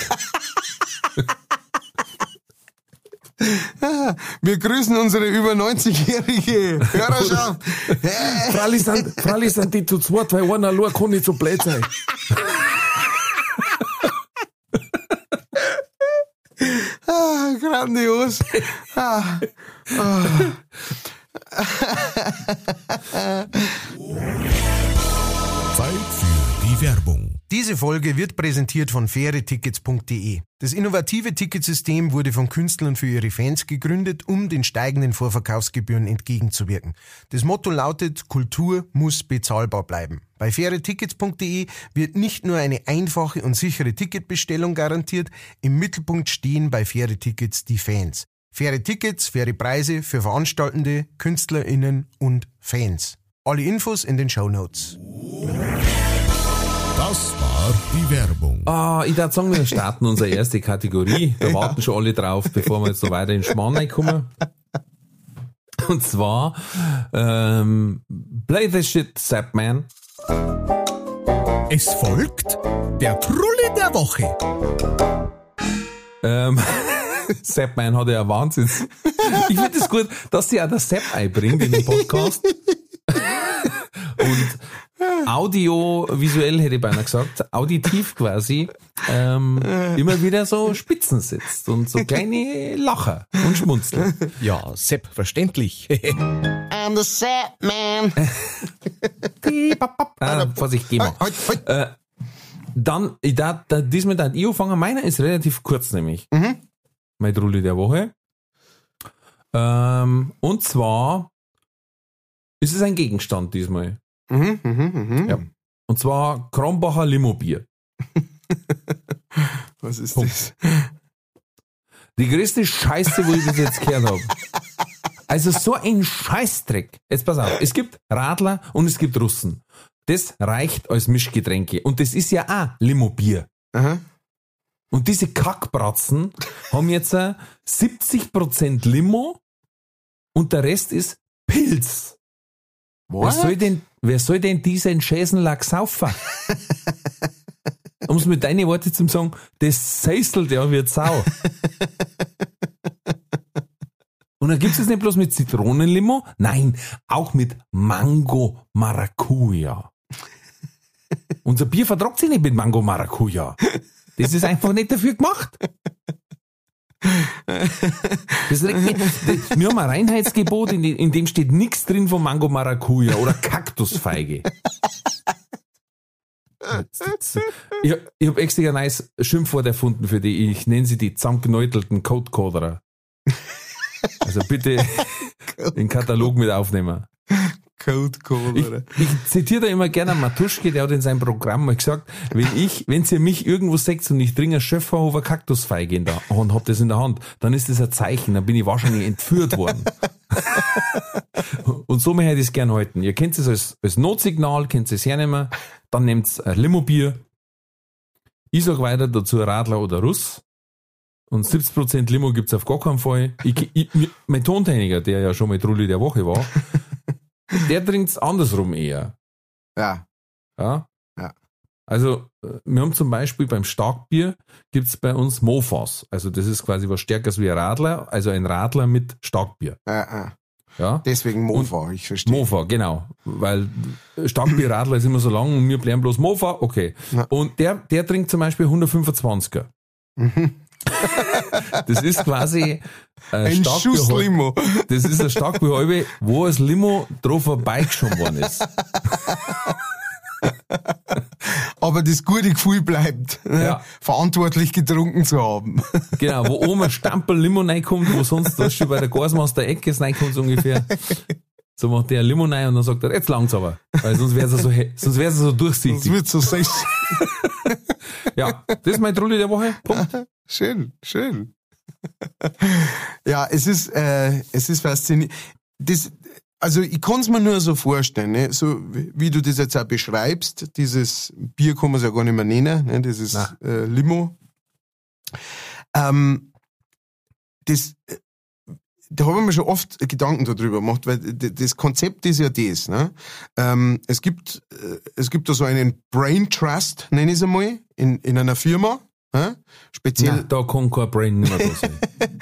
Wir grüßen unsere über neunzigjährige Hörerschaft. Freilich sind, freilich sind die zu zweit, weil einer allein kann nicht so blöd sein. Ah, grandios. Ah. Ah. Zeit für die Werbung. Diese Folge wird präsentiert von faire tickets punkt de. Das innovative Ticketsystem wurde von Künstlern für ihre Fans gegründet, um den steigenden Vorverkaufsgebühren entgegenzuwirken. Das Motto lautet, Kultur muss bezahlbar bleiben. Bei faire tickets punkt de wird nicht nur eine einfache und sichere Ticketbestellung garantiert, im Mittelpunkt stehen bei Faire Tickets die Fans. Faire Tickets, faire Preise für Veranstaltende, KünstlerInnen und Fans. Alle Infos in den Shownotes. Das war die Werbung. Ah, ich würde sagen, wir starten unsere erste Kategorie. Da warten schon alle drauf, bevor wir jetzt so weiter in den Schmarrn reinkommen. Und zwar ähm, Play the Shit, Sepp Man. Es folgt der Trulli der Woche. Ähm, Sepp Man hat ja ein Wahnsinns. Ich finde es gut, dass sie auch der Sepp einbringt in den Podcast. Und audiovisuell hätte ich beinahe gesagt, auditiv quasi, ähm, immer wieder so Spitzen setzt und so kleine Lacher und Schmunzeln. Ja, Sepp, verständlich. I'm the Sepp Man. ah, Vorsicht, geh mal. Äh, dann, ich darf, da, diesmal darf ich anfangen. Meiner ist relativ kurz nämlich. Mhm. Mein Trulli der Woche. Ähm, und zwar ist es ein Gegenstand diesmal. Mhm, mhm, mhm. Ja. Und zwar Krombacher Limobier. Was ist Punkt. das? Die größte Scheiße, wo ich das jetzt gehört habe. Also so ein Scheißdreck. Jetzt pass auf, es gibt Radler und es gibt Russen. Das reicht als Mischgetränke. Und das ist ja auch Limo-Bier. Aha. Und diese Kackbratzen haben jetzt äh, siebzig Prozent Limo und der Rest ist Pilz. Wer soll denn, wer soll denn diesen Schäsenlack saufen? Um es mit deinen Worten zu sagen, das säuselt ja wie Sau. Und dann gibt es nicht bloß mit Zitronenlimo, nein, auch mit Mango Maracuja. Unser Bier vertragt sich nicht mit Mango Maracuja. Das ist einfach nicht dafür gemacht. Das regt mich. Das, wir haben ein Reinheitsgebot, in, in dem steht nichts drin von Mango Maracuja oder Kaktusfeige. Ich, ich habe extra ein neues Schimpfwort erfunden für die. Ich nenne sie die zusammengeneutelten Codecoderer. Also bitte den Katalog mit aufnehmen. Codecoderer. Ich, ich zitiere da immer gerne Matuschke, der hat in seinem Programm mal gesagt, wenn ich, wenn ihr mich irgendwo seht und ich trinke eine Schöpferhofer Kaktusfeige in der Hand, hab das in der Hand, dann ist das ein Zeichen, dann bin ich wahrscheinlich entführt worden. Und so möchte ich das gerne halten. Ihr kennt es als, als Notsignal, könnt es hernehmen, dann nehmt ein Limo-Bier. Ich sag weiter dazu Radler oder Russ. Und siebzig Prozent Limo gibt's auf gar keinen Fall. Ich, ich, mein Tontechniker, der ja schon mal Trulli der Woche war, der trinkt's andersrum eher. Ja. Ja. Ja. Also, wir haben zum Beispiel beim Starkbier gibt's bei uns Mofas. Also, das ist quasi was Stärkeres wie ein Radler, also ein Radler mit Starkbier. Ja, ja. Ja. Deswegen Mofa, und ich verstehe. Mofa, genau. Weil Starkbier-Radler ist immer so lang und wir bleiben bloß Mofa, okay. Ja. Und der, der trinkt zum Beispiel hundertfünfundzwanziger. Mhm. Das ist quasi ein, ein Schuss Limo. Das ist ein Starkbierhalbe, wo das Limo drauf vorbeigeschoben worden ist. Aber das gute Gefühl bleibt, ne? Ja. Verantwortlich getrunken zu haben. Genau, wo oben ein Stempel Limo reinkommt, wo sonst das schon bei der Gasmaster Ecke reinkommt, so ungefähr. So macht der ein Limo rein und dann sagt er, jetzt langt's aber. Weil sonst wäre es so, sonst wäre es so durchsichtig. Das wird so sechs. Ja, das ist mein Trulli der Woche. Punkt. Schön, schön. Ja, es ist, äh, es ist faszinierend. Das, also ich kann es mir nur so vorstellen, ne? So wie du das jetzt auch beschreibst, dieses Bier kann man es ja gar nicht mehr nennen, ne? Dieses äh, Limo. Ähm, das, da habe ich mir schon oft Gedanken darüber gemacht, weil das Konzept ist ja das. Ne? Ähm, es gibt, es gibt da so einen Brain Trust, nenne ich es einmal, in, in einer Firma. Ja? Speziell. Nein, da kann kein Brain nicht mehr da sein.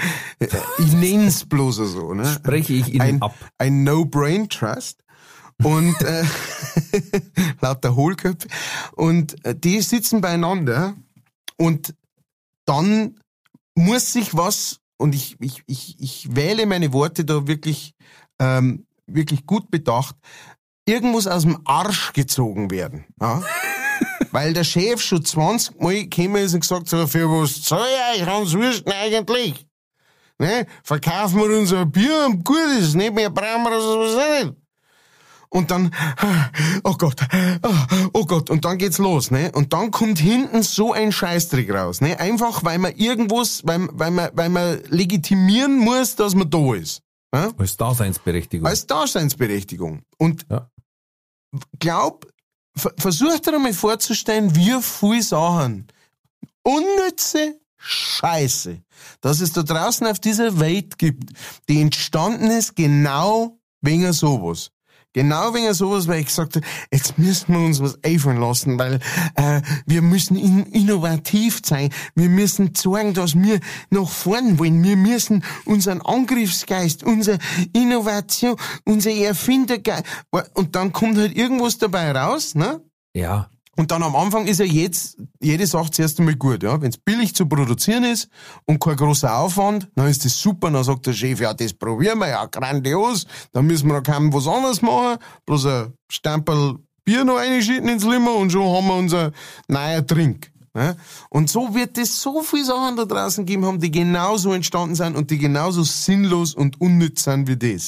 Ich nenne es bloß so. Ne? Spreche ich Ihnen ein, ab. Ein No-Brain-Trust. Und äh, lauter Hohlköpfe. Und äh, die sitzen beieinander und dann muss sich was, und ich, ich, ich, ich wähle meine Worte da wirklich, ähm, wirklich gut bedacht, irgendwas aus dem Arsch gezogen werden. Ja? Weil der Chef schon zwanzig Mal gekommen ist und gesagt hat, für was zahl ich euch ans Würsten eigentlich? Ne? Verkaufen wir unser Bier und gut ist, nicht mehr brauchen wir das was nicht. Und dann, oh Gott, oh Gott, und dann geht's los, ne? Und dann kommt hinten so ein Scheißdreck raus, ne? Einfach, weil man irgendwas, weil, weil man, weil man legitimieren muss, dass man da ist. Ne? Als Daseinsberechtigung. Als Daseinsberechtigung. Und ja. glaub, versuch dir einmal vorzustellen, wie viele Sachen, unnütze Scheiße, dass es da draußen auf dieser Welt gibt, die entstanden ist genau wegen sowas. Genau wegen sowas, weil ich gesagt habe, jetzt müssen wir uns was einfallen lassen, weil äh, wir müssen in, innovativ sein, wir müssen zeigen, dass wir nach vorn wollen, wir müssen unseren Angriffsgeist, unsere Innovation, unser Erfindergeist, und dann kommt halt irgendwas dabei raus, ne? Ja. Und dann am Anfang ist ja jetzt jede Sache zuerst einmal gut, ja. Wenn es billig zu produzieren ist und kein großer Aufwand, dann ist das super. Dann sagt der Chef, ja, das probieren wir, ja, grandios. Dann müssen wir noch keinem was anderes machen, bloß ein Stempel Bier noch reinschütten ins Limo und schon haben wir unser neuer Trink. Ja. Und so wird es so viele Sachen da draußen geben haben, die genauso entstanden sind und die genauso sinnlos und unnütz sind wie das.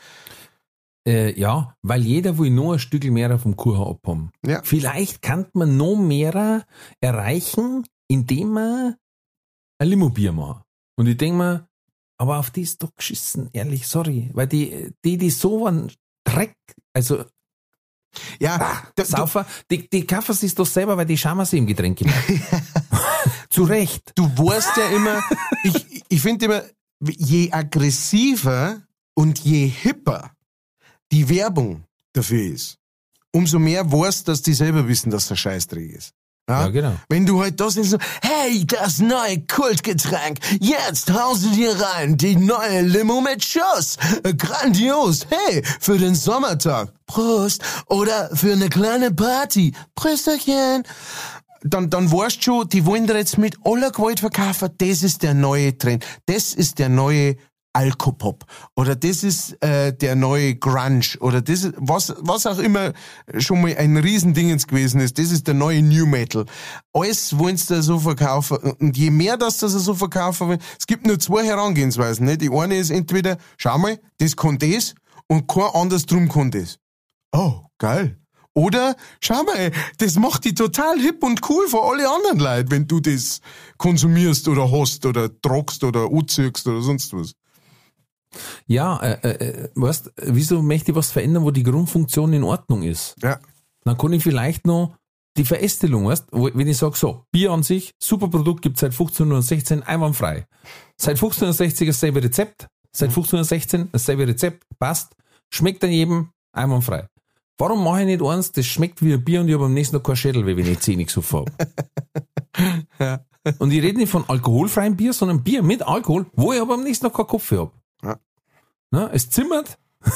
Äh, ja, weil jeder will nur ein Stück mehr vom Kuchen abhaben. Ja. Vielleicht kann man noch mehr erreichen, indem man ein Limo-Bier macht. Und ich denke mir, aber auf die ist doch geschissen, ehrlich, sorry. Weil die, die, die so einen Dreck, also, Ja, ah, da, Saufer, die, die kaufen sich doch selber, weil die schauen sie im Getränk immer. Zu Recht. du weißt ja immer, ich, ich finde immer, je aggressiver und je hipper die Werbung dafür ist, umso mehr weißt, dass die selber wissen, dass das Scheißdreck ist. Ja? Ja, genau. Wenn du halt das nicht so, hey, das neue Kultgetränk, jetzt haust du dir rein, die neue Limo mit Schuss, grandios, hey, für den Sommertag, Prost, oder für eine kleine Party, Prösterchen. Dann, dann weißt du schon, die wollen dir jetzt mit aller Gewalt verkaufen, das ist der neue Trend, das ist der neue Alkopop oder das ist äh, der neue Grunge oder das ist, was, was auch immer schon mal ein Riesendingens gewesen ist, das ist der neue New Metal. Alles wollen sie da so verkaufen und je mehr das das so verkaufen will, es gibt nur zwei Herangehensweisen, ne? Die eine ist entweder, schau mal, das kann das und kein anderes drum kann das. Oh, geil. Oder, schau mal, das macht die total hip und cool für alle anderen Leute, wenn du das konsumierst oder hast oder tragst oder anziehst oder sonst was. Ja, äh, äh, weißt, wieso möchte ich was verändern, wo die Grundfunktion in Ordnung ist? Ja. Dann kann ich vielleicht noch die Verästelung, weißt, wo, wenn ich sage, so, Bier an sich, super Produkt, gibt seit fünfzehnhundertsechzehn einwandfrei. Seit fünfzehnhundertsechzig dasselbe Rezept, seit fünfzehnhundertsechzehn dasselbe Rezept, passt, schmeckt an jedem einwandfrei. Warum mache ich nicht eins, das schmeckt wie ein Bier und ich habe am nächsten Tag keinen Schädel, weil ich nicht zehn gesoffen habe? Ja. Und ich rede nicht von alkoholfreiem Bier, sondern Bier mit Alkohol, wo ich aber am nächsten Tag keinen Kopf habe. Ja. Na, es zimmert,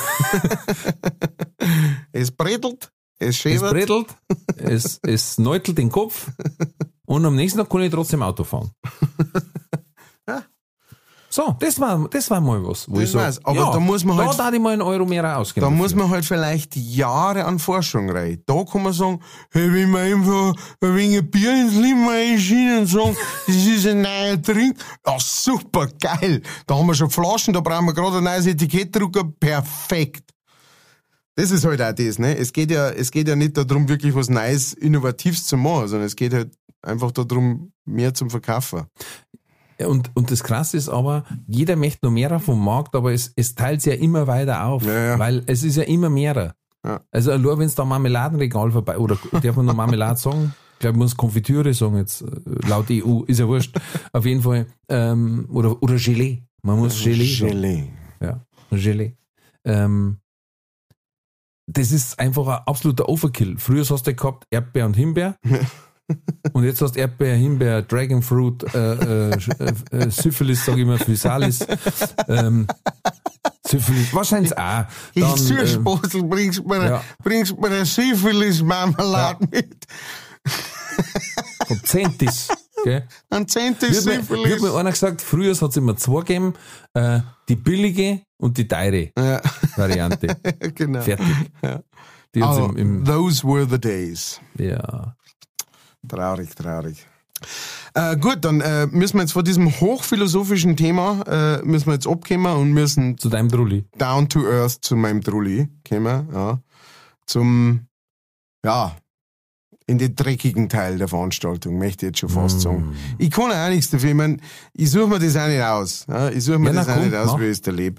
Es bredelt, es es schäbert. bredelt, es, es neutelt den Kopf und am nächsten Tag kann ich trotzdem Auto fahren. Ja. So, das war, das war mal was, wo Das ich so, war's. Aber da muss man da halt- darf ich mal einen Euro mehr Da ausgeben. muss man halt vielleicht Jahre an Forschung rein. Da kann man sagen, hey, wenn wir einfach ein wenig Bier ins Leben einschienen und sagen, das ist ein neuer Trink, ja super, geil. Da haben wir schon Flaschen, da brauchen wir gerade ein neues Etikett drucken, perfekt. Das ist halt auch das, ne? Es geht ja, es geht ja nicht darum, wirklich was Neues, Innovatives zu machen, sondern es geht halt einfach darum, mehr zum Verkaufen. Und, und das Krasse ist aber, jeder möchte noch mehr vom Markt, aber es, es teilt sich ja immer weiter auf, Ja, ja. weil es ist ja immer mehr. Ja. Also nur wenn es da Marmeladenregal vorbei, oder darf man noch Marmelade sagen? Ich glaube, man muss Konfitüre sagen jetzt, äh, laut E U, ist ja wurscht. Auf jeden Fall, ähm, oder, oder Gelee. Man muss Gelee sagen. Gelee. Ja, Gelee. Ähm, das ist einfach ein absoluter Overkill. Früher hast du gehabt Erdbeer und Himbeer. Und jetzt hast du Erdbeer, Himbeer, Dragonfruit, äh, äh, äh, Syphilis, sag ich mal, Physalis. Ähm, Syphilis, wahrscheinlich auch. Ich Dann, ähm, Süßspatel, bringst mir, ja. bringst mir eine Syphilis-Marmelade mit. von Zentis. Gell? Ein Zentis Wie hat, mir, wie hat Syphilis. mir einer gesagt, früher hat es immer zwei gegeben, äh, die billige und die teure Ja, Variante. genau. Fertig. Die hat's Oh, im, im, those were the days. ja. Traurig, traurig. Äh, gut, dann äh, müssen wir jetzt von diesem hochphilosophischen Thema äh, müssen wir jetzt abkommen und müssen Zu deinem Drulli. down to earth zu meinem Trulli kommen, ja. Zum, ja, in den dreckigen Teil der Veranstaltung, möchte ich jetzt schon fast Mm. sagen. Ich kann auch nichts dafür, ich mein, ich suche mir das auch nicht aus. Ja, ich suche mir Ja, das na, auch komm, nicht aus, mach. wie ich es da lebe.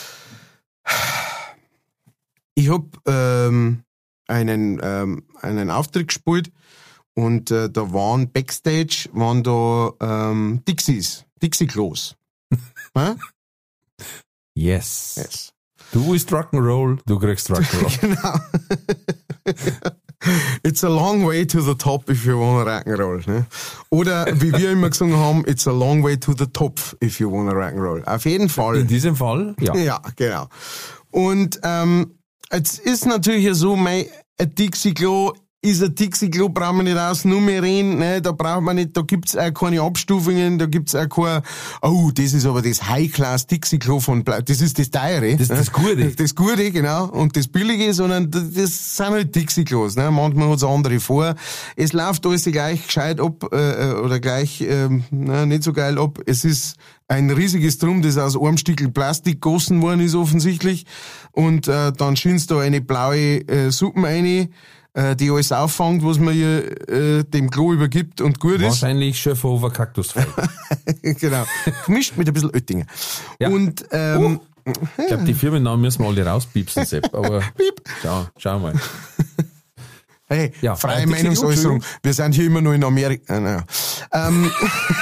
Ich hab ähm, einen, ähm, einen Auftritt gespielt und äh, da waren Backstage, waren da ähm, Dixies, Dixie-Klos. Ja? Yes. Yes. Du bist Rock'n'Roll, du kriegst Rock'n'Roll. Genau. It's a long way to the top if you wanna rock'n'roll. Ne? Oder wie wir immer gesungen haben, it's a long way to the top if you wanna rock'n'roll. Auf jeden Fall. In diesem Fall, ja. Ja, genau. Und ähm, jetzt ist natürlich ja so, mein ein Dixie-Klo ist ein Dixie-Klo, brauchen wir nicht ausnummerieren, ne? Da braucht man nicht, da gibt's auch keine Abstufungen, da gibt's auch kein, oh, das ist aber das High-Class Dixie-Klo von Blau, das ist das teure. Das ist das Gute. Das Gute, genau, und das Billige, sondern das das sind halt Dixie-Klos, ne? Manchmal hat's andere vor. Es läuft alles gleich gescheit ab, äh, oder gleich, ähm, na, nicht so geil ab. Es ist ein riesiges Drum, das aus einem Stückel Plastik gegossen worden ist offensichtlich, und äh, dann schießt da eine blaue äh, Suppen rein, äh, die alles auffangt, was man ihr, äh, dem Klo übergibt und gut ist. Wahrscheinlich Schöfhofer Kaktusfeld. Genau. Gemischt mit ein bisschen Oettinger. Ja. Und, ähm, uh, ich glaube, die Firmennamen müssen wir alle rauspiepsen, Sepp, aber Piep. schau, schau mal. Hey, Ja, freie äh, die Meinungsäußerung. Wir sind hier immer nur in Amerika. Äh, naja. ähm,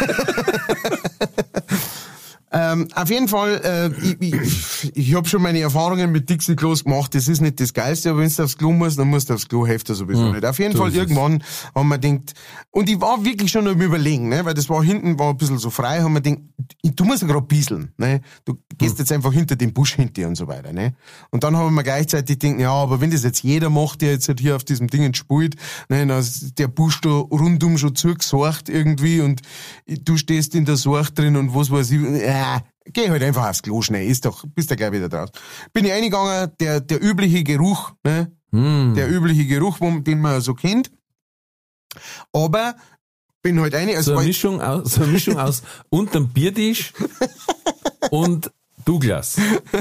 ähm, auf jeden Fall, äh, ich, ich, ich habe schon meine Erfahrungen mit Dixie-Klos gemacht. Das ist nicht das Geilste, aber wenn du aufs Klo musst, dann musst du aufs Klo, hilft das sowieso Mhm. nicht. Auf jeden So Fall ist es. irgendwann haben wir gedacht, und ich war wirklich schon am Überlegen, ne, weil das war hinten, war ein bisschen so frei, haben wir gedacht, du musst ja gerade bieseln, ne, du gehst Mhm. jetzt einfach hinter den Busch hinter dir und so weiter, ne. Und dann haben wir gleichzeitig gedacht, ja, aber wenn das jetzt jeder macht, der jetzt halt hier auf diesem Ding spielt, ne, dann ist der Busch da rundum schon zugesorgt irgendwie und du stehst in der Sorg drin und was weiß ich, äh, geh halt einfach aufs Klo schnell, ist doch, bist ja gleich wieder draus. Bin ich eingegangen, der, der übliche Geruch, ne, Mm. der übliche Geruch, wo- den man so kennt. Aber bin halt eine, also So eine weil- Mischung aus, so eine Mischung aus unterm Biertisch und Douglas.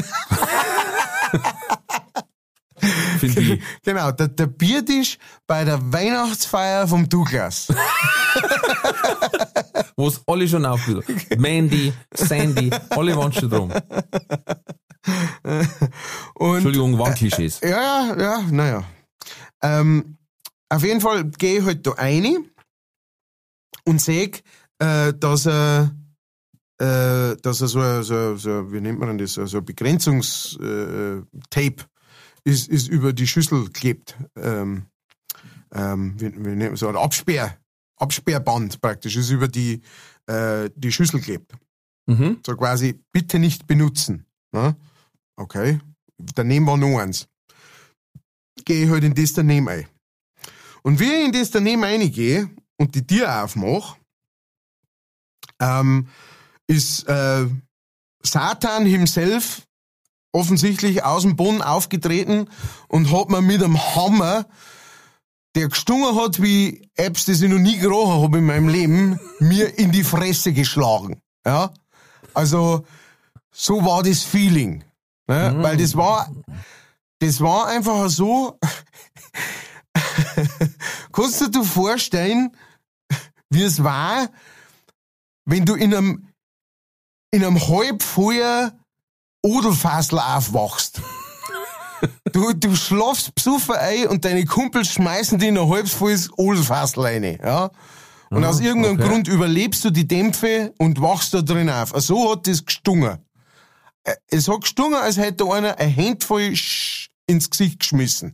Finde ich. genau, der, der Biertisch bei der Weihnachtsfeier vom Douglas. Wo es alle schon aufgebildet. Mandy, Sandy, alle waren schon drum. Und, Entschuldigung, waren Klischees. ja, ja, ja, naja. Ähm, auf jeden Fall gehe ich halt da rein und sehe, äh, dass er, äh, dass er so, ein- so, ein- so, ein- wie nennt man denn das, so ein Begrenzungstape äh, ist, ist über die Schüssel klebt. Ähm, ähm, wie, wie nennt man so ein Absperr, Absperrband praktisch, ist über die, äh, die Schüssel klebt. Mhm. So quasi, bitte nicht benutzen. Ja? Okay. Daneben war noch eins. Gehe ich halt in das daneben ein. Und wie ich in das daneben reingehe und die Tür aufmache, ähm, ist äh, Satan himself offensichtlich aus dem Boden aufgetreten und hat mir mit einem Hammer, der gestungen hat wie Apps, das ich noch nie gerochen habe in meinem Leben, mir in die Fresse geschlagen. Ja? Also, so war das Feeling. Ne? Mhm. Weil das war, das war einfach so, kannst du dir vorstellen, wie es war, wenn du in einem, in einem halbvollen Odelfassel aufwachst. Du, du schlafst besoffen ein und deine Kumpels schmeißen dich in ein halb volles Odelfassel rein, ja. Und Ah, aus irgendeinem okay. Grund überlebst du die Dämpfe und wachst da drin auf. So hat das gestungen. Äh, Es hat gestungen, als hätte einer ein Handvoll Sch- ins Gesicht geschmissen.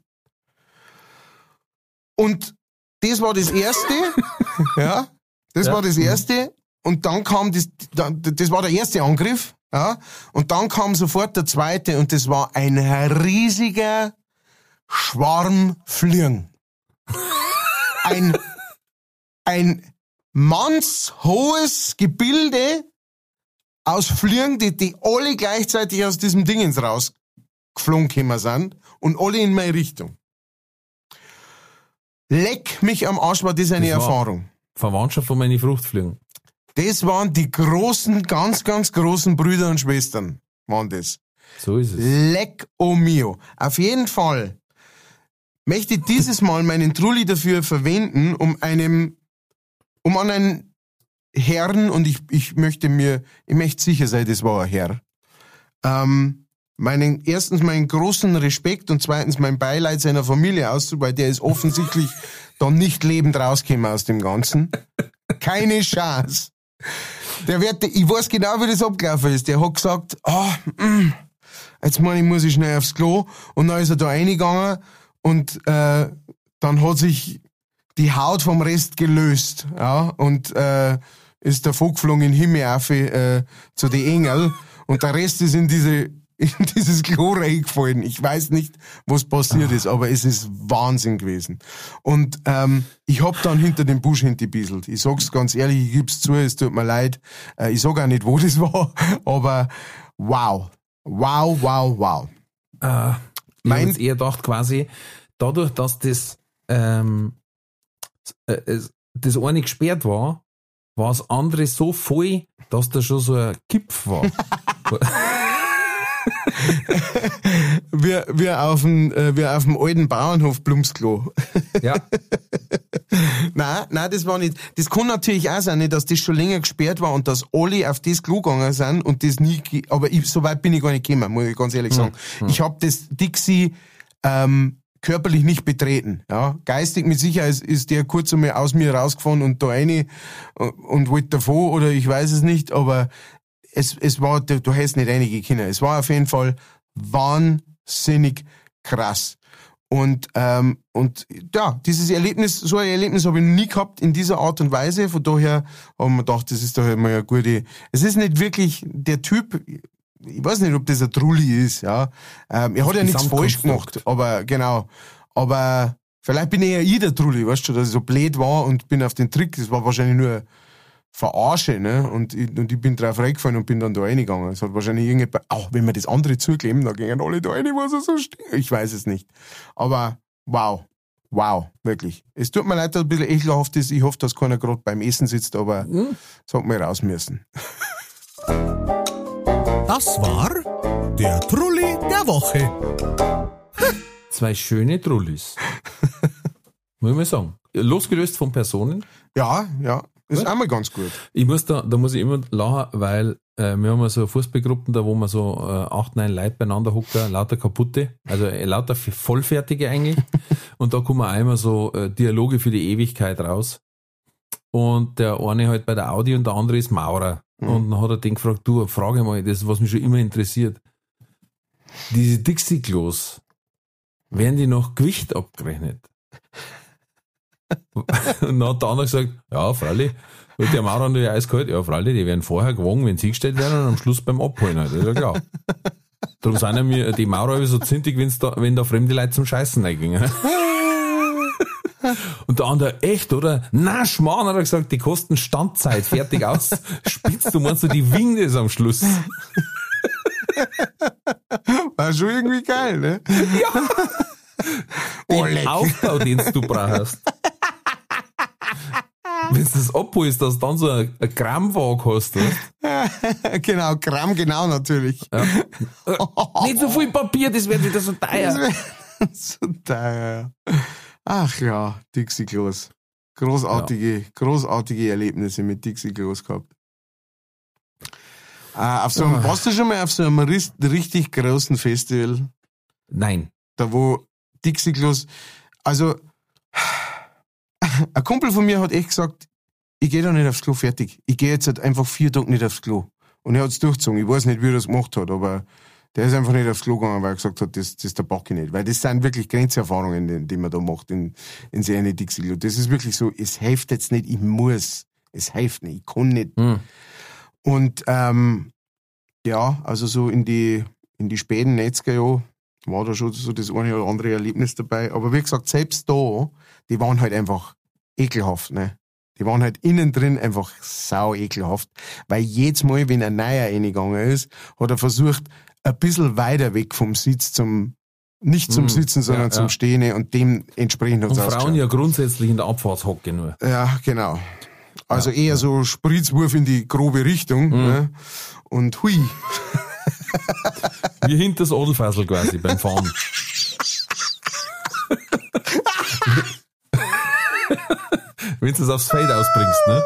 Und das war das Erste, ja, das Ja. war das Erste. Und dann kam das, das war der erste Angriff, ja. Und dann kam sofort der zweite und das war ein riesiger Schwarm Fliegen. Ein, ein mannshohes Gebilde aus Fliegen, die, die alle gleichzeitig aus diesem Dingens rausgeflogen gekommen sind und alle in meine Richtung. Leck mich am Arsch, war das eine Das war- Erfahrung. Verwandtschaft von meinen Fruchtfliegen. Das waren die großen, ganz, ganz großen Brüder und Schwestern, waren das. So ist es. Leck o mio. Auf jeden Fall möchte ich dieses Mal meinen Trulli dafür verwenden, um einem, um an einen Herrn, und ich, ich möchte mir, ich möchte sicher sein, das war ein Herr, ähm, meinen, erstens meinen großen Respekt und zweitens mein Beileid seiner Familie auszu, weil der ist offensichtlich dann nicht lebend rausgekommen aus dem Ganzen. Keine Chance. Der wird, ich weiß genau, wie das abgelaufen ist. Der hat gesagt, ah, mm, jetzt meine ich, muss ich schnell aufs Klo. Und dann ist er da reingegangen und äh, dann hat sich die Haut vom Rest gelöst. Ja, und äh, ist davon geflogen in den Himmel auf, äh, zu den Engeln. Und der Rest ist in diese in dieses Klo reingefallen. Ich weiß nicht, was passiert ist, aber es ist Wahnsinn gewesen. Und ähm, ich hab dann hinter dem Busch hingebieselt. Ich sag's ganz ehrlich, ich gib's zu, es tut mir leid. Äh, ich sag auch nicht, wo das war, aber wow. Wow, wow, wow. Äh, ich Mein- habe jetzt eher gedacht, quasi, dadurch, dass das, ähm, äh, es- das eine gesperrt war, war das andere so voll, dass da schon so ein Kipf war. wir, wir, auf dem, äh, wir auf dem alten Bauernhof Blumsklo. Ja. Nein, nein, das war nicht. Das kann natürlich auch sein, nicht, dass das schon länger gesperrt war und dass alle auf das Klo gegangen sind und das nie, aber ich, so weit bin ich gar nicht gekommen, muss ich ganz ehrlich sagen. Hm. Ich habe das Dixie ähm, körperlich nicht betreten. Ja, geistig mit Sicherheit ist, ist der kurz einmal aus mir rausgefahren und da rein und, und wollte davon oder ich weiß es nicht, aber es, es war, du, du hast nicht einige Kinder. Es war auf jeden Fall wahnsinnig krass. Und, ähm, und ja, dieses Erlebnis, so ein Erlebnis habe ich noch nie gehabt in dieser Art und Weise. Von daher haben wir gedacht, das ist doch immer eine gute. Es ist nicht wirklich der Typ, ich weiß nicht, ob das ein Trulli ist, ja. Ähm, er hat ja nichts falsch gemacht, aber genau. Aber vielleicht bin ich ja ich der Trulli, weißt du, dass ich so blöd war und bin auf den Trick. Das war wahrscheinlich nur Verarsche, ne? Und ich, und ich bin drauf reingefallen und bin dann da reingegangen. Es hat wahrscheinlich irgendjemand, auch wenn wir das andere zukleben, da gingen alle da rein, was er so steht. Ich weiß es nicht. Aber wow. Wow, wirklich. Es tut mir leid, dass es ein bisschen ekelhaft ist. Ich hoffe, dass keiner gerade beim Essen sitzt, aber mhm. das hat mir raus müssen. Das war der Trulli der Woche. Zwei schöne Trullis. Muss ich mal sagen. Losgelöst von Personen. Ja, ja. Das ist einmal ganz gut. Ich muss da, da muss ich immer lachen, weil äh, wir haben ja so Fußballgruppen da, wo man so äh, acht, neun Leute beieinander hocken, lauter kaputte, also äh, lauter vollfertige eigentlich. Und da kommen auch immer so äh, Dialoge für die Ewigkeit raus. Und der eine halt bei der Audi und der andere ist Maurer. Mhm. Und dann hat er den gefragt, du, frage mal, das, was mich schon immer interessiert. Diese Dixie-Klos, werden die nach Gewicht abgerechnet? Und dann hat der andere gesagt, ja, freilich. Und der Maurer natürlich eiskalt, ja, freilich, die werden vorher gewogen, wenn sie gestellt werden und am Schluss beim Abholen halt, ist ja klar. Darum sind ja mir die Maurer so zintig, wenn's da, wenn da fremde Leute zum Scheißen reingingen. Und der andere, echt, oder? Na, Schmarrn, hat er gesagt, die kosten Standzeit, fertig aus. Spinnst du, meinst du, die wingen das am Schluss? War schon irgendwie geil, ne? Ja! Den Aufbau, den du brauchst. Wenn du das abholst, dass du dann so ein Grammwagen hast, weißt? Genau, Gramm, genau, natürlich. Ja. Äh, nicht so viel Papier, das wird wieder so teuer. So teuer. Ach ja, Dixie-Klos. Großartige, ja. großartige Erlebnisse mit Dixie-Klos gehabt. Äh, auf so einem, oh. Warst du schon mal auf so einem richtig großen Festival? Nein. Da wo Dixie-Klos, also ein Kumpel von mir hat echt gesagt, ich gehe da nicht aufs Klo, fertig. Ich gehe jetzt halt einfach vier Tage nicht aufs Klo. Und er hat es durchgezogen. Ich weiß nicht, wie er das gemacht hat, aber der ist einfach nicht aufs Klo gegangen, weil er gesagt hat, das, das der Bock ich nicht. Weil das sind wirklich Grenzerfahrungen, die, die man da macht in, in so eine Dixie-Klo. Das ist wirklich so, es hilft jetzt nicht, ich muss. Es hilft nicht, ich kann nicht. Hm. Und ähm, ja, also so in die, in die späten neunziger Jahre war da schon so das eine oder andere Erlebnis dabei. Aber wie gesagt, selbst da, die waren halt einfach ekelhaft, ne? Die waren halt innen drin einfach sau ekelhaft. Weil jedes Mal, wenn ein Neuer reingegangen ist, hat er versucht, ein bisschen weiter weg vom Sitz zum, nicht zum mm, Sitzen, sondern ja, zum ja. Stehen und dementsprechend hat es ausgeschaut. Und Frauen ja grundsätzlich in der Abfahrtshocke nur. Ja, genau. Also ja, eher ja. so Spritzwurf in die grobe Richtung, mm. ne? Und hui. Wie hinter das Adelfassel quasi beim Fahren. Wenn du es aufs Feld ausbringst, ne?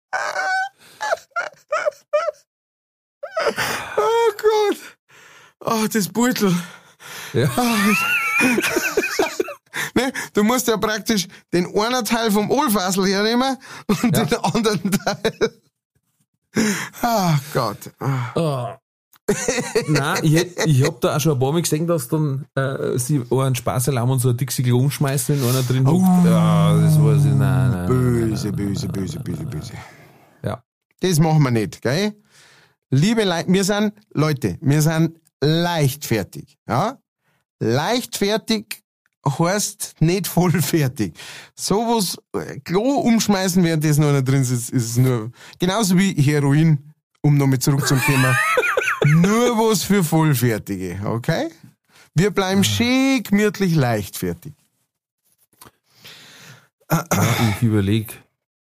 Oh Gott. Oh, das Beutel. Ja. Oh. Ne, du musst ja praktisch den einen Teil vom Adelfassel hernehmen und ja. den anderen Teil. Oh Gott. Oh. Nein, ich, ich hab da auch schon ein paar Mal gesehen, dass dann äh, sie einen Spaßalarm und so ein Dixie-Klo umschmeißen, wenn einer drin hockt. Oh, ja, das weiß ich, nein, nein. Böse, nein, nein, böse, nein, böse, nein, böse, nein, böse. Ja. Das machen wir nicht, gell? Liebe Leute, wir sind, Leute, wir sind leichtfertig, ja? Leichtfertig heißt nicht vollfertig. Sowas, Klo umschmeißen, während das noch einer drin ist, ist nur, genauso wie Heroin, um nochmal zurückzukommen. Nur was für Vollfertige, okay? Wir bleiben schön gemütlich leichtfertig. Ja, ich überlege,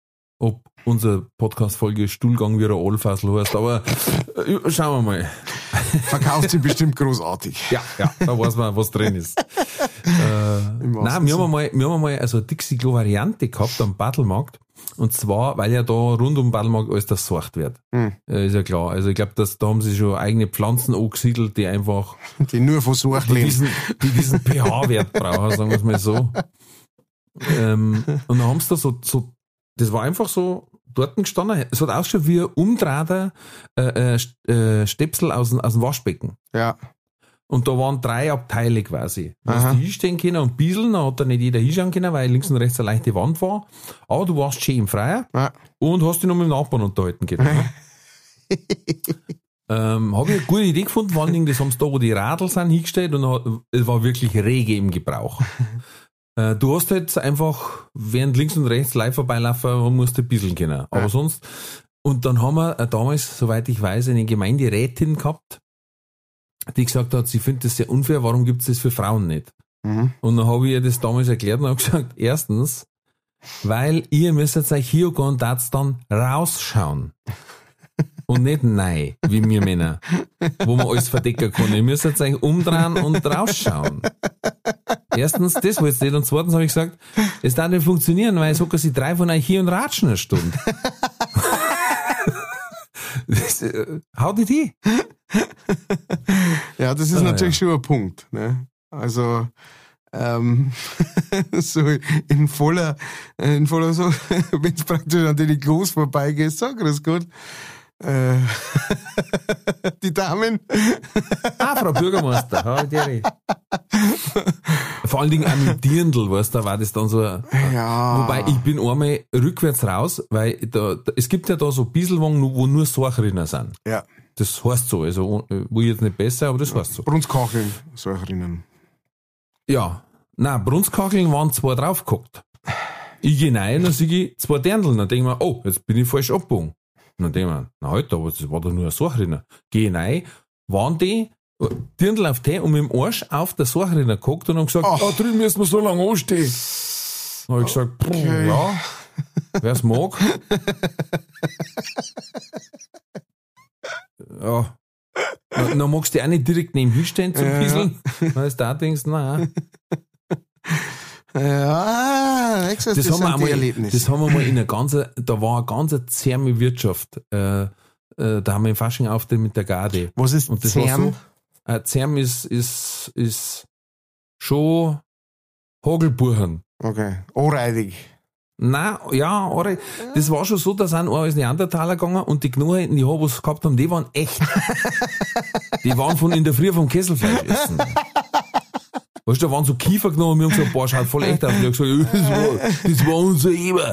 ob unsere Podcast-Folge Stuhlgang wie ein Adelfassel heißt, aber äh, schauen wir mal. verkauft sie bestimmt großartig. Ja, ja, da weiß man, was drin ist. äh, nein, wir haben einmal, wir haben einmal also eine Dixie-Klo-Variante gehabt am Battlemarkt. Und zwar, weil ja da rund um den Battlemarkt alles das sorgt wird. Hm. Äh, ist ja klar. Also ich glaube, da haben sie schon eigene Pflanzen angesiedelt, die einfach die nur von Sorg die diesen, die diesen pH-Wert brauchen, sagen wir es mal so. Ähm, und dann haben sie da so, so, das war einfach so dort gestanden. Es hat ausgeschaut wie ein umdrehter äh, äh, Stöpsel aus, aus dem Waschbecken. Ja. Und da waren drei Abteile quasi. Du hast hinstehen können und bieseln, da hat da nicht jeder hinschauen können, weil links und rechts eine leichte Wand war. Aber du warst schön im Freien ja. und hast dich noch mit dem Nachbarn unterhalten können. ähm, habe ich eine gute Idee gefunden, vor allen Dingen, das haben sie da, wo die Radl sind, hingestellt und es war wirklich rege im Gebrauch. äh, du hast jetzt einfach, während links und rechts live vorbeilaufen, musst du bieseln können. Aber ja. sonst, und dann haben wir äh, damals, soweit ich weiß, eine Gemeinderätin gehabt, die gesagt hat, sie findet das sehr unfair, warum gibt es das für Frauen nicht? Mhm. Und dann habe ich ihr das damals erklärt und habe gesagt, erstens, weil ihr müsst jetzt euch hier gehen und das dann rausschauen. Und nicht nein, wie wir Männer, wo man alles verdecken kann. Ihr müsst jetzt euch umdrehen und rausschauen. Erstens, das wollte ich nicht. Und zweitens habe ich gesagt, es darf nicht funktionieren, weil so kann sie drei von euch hier und ratschen eine Stunde. Das, äh, haut nicht hin. Ja, das ist ah, natürlich ja. schon ein Punkt. Ne? Also ähm, so in voller, in voller so, wenn du praktisch an den Klos vorbeigehst, sag grüß Gott. Äh, die Damen. Ah, Frau Bürgermeister, habe ich dir recht. Vor allen Dingen auch mit Dirndl, weißt du, da war das dann so. Ja. Wobei, ich bin einmal rückwärts raus, weil da, da es gibt ja da so Bieselwagen, wo nur Sorchrinnen sind. Ja. Das heißt so, also, wo ich jetzt nicht besser, aber das heißt so. Brunskacheln, Sorchrinnen. Ja. Nein, Brunskacheln waren zwei draufgehockt. Ich gehe rein, dann sehe ich zwei Dirndl, dann denke ich mir, oh, jetzt bin ich falsch abgebogen. Und dann denke ich mir, na halt, aber das war doch nur eine Sorchrinne. Gehe rein, waren die Dirndl auf Tee und mit dem Arsch auf der Sorchrinne geguckt und haben gesagt, ah, oh, drüben müssen wir so lange anstehen. Dann habe ich gesagt, okay. Ja, wer es mag. Ja. Dann, dann magst du auch nicht direkt neben hinstehen zum Pieseln, ja. Weil du da denkst, nein. Ja, das, das, haben wir einmal, Erlebnis. Das haben wir mal in einer ganzen, da war eine ganz zärme Wirtschaft. Äh, äh, da haben wir im Fasching Auftritt mit der Garde. Was ist und das Zärm? So, äh, Zärm ist, ist, ist schon Hagelbuchen. Okay. Ohrreidig. Nein, ja, Ori, das war schon so, da sind auch als Neandertaler gegangen und die Knochen in die Haare, was sie gehabt haben, die waren echt. Die waren von in der Früh vom Kesselfleisch essen. Weißt du, da waren so Kieferknochen und wir haben gesagt, boah, schaut voll echt aus. Und ich habe gesagt, das war, das war unser Eber.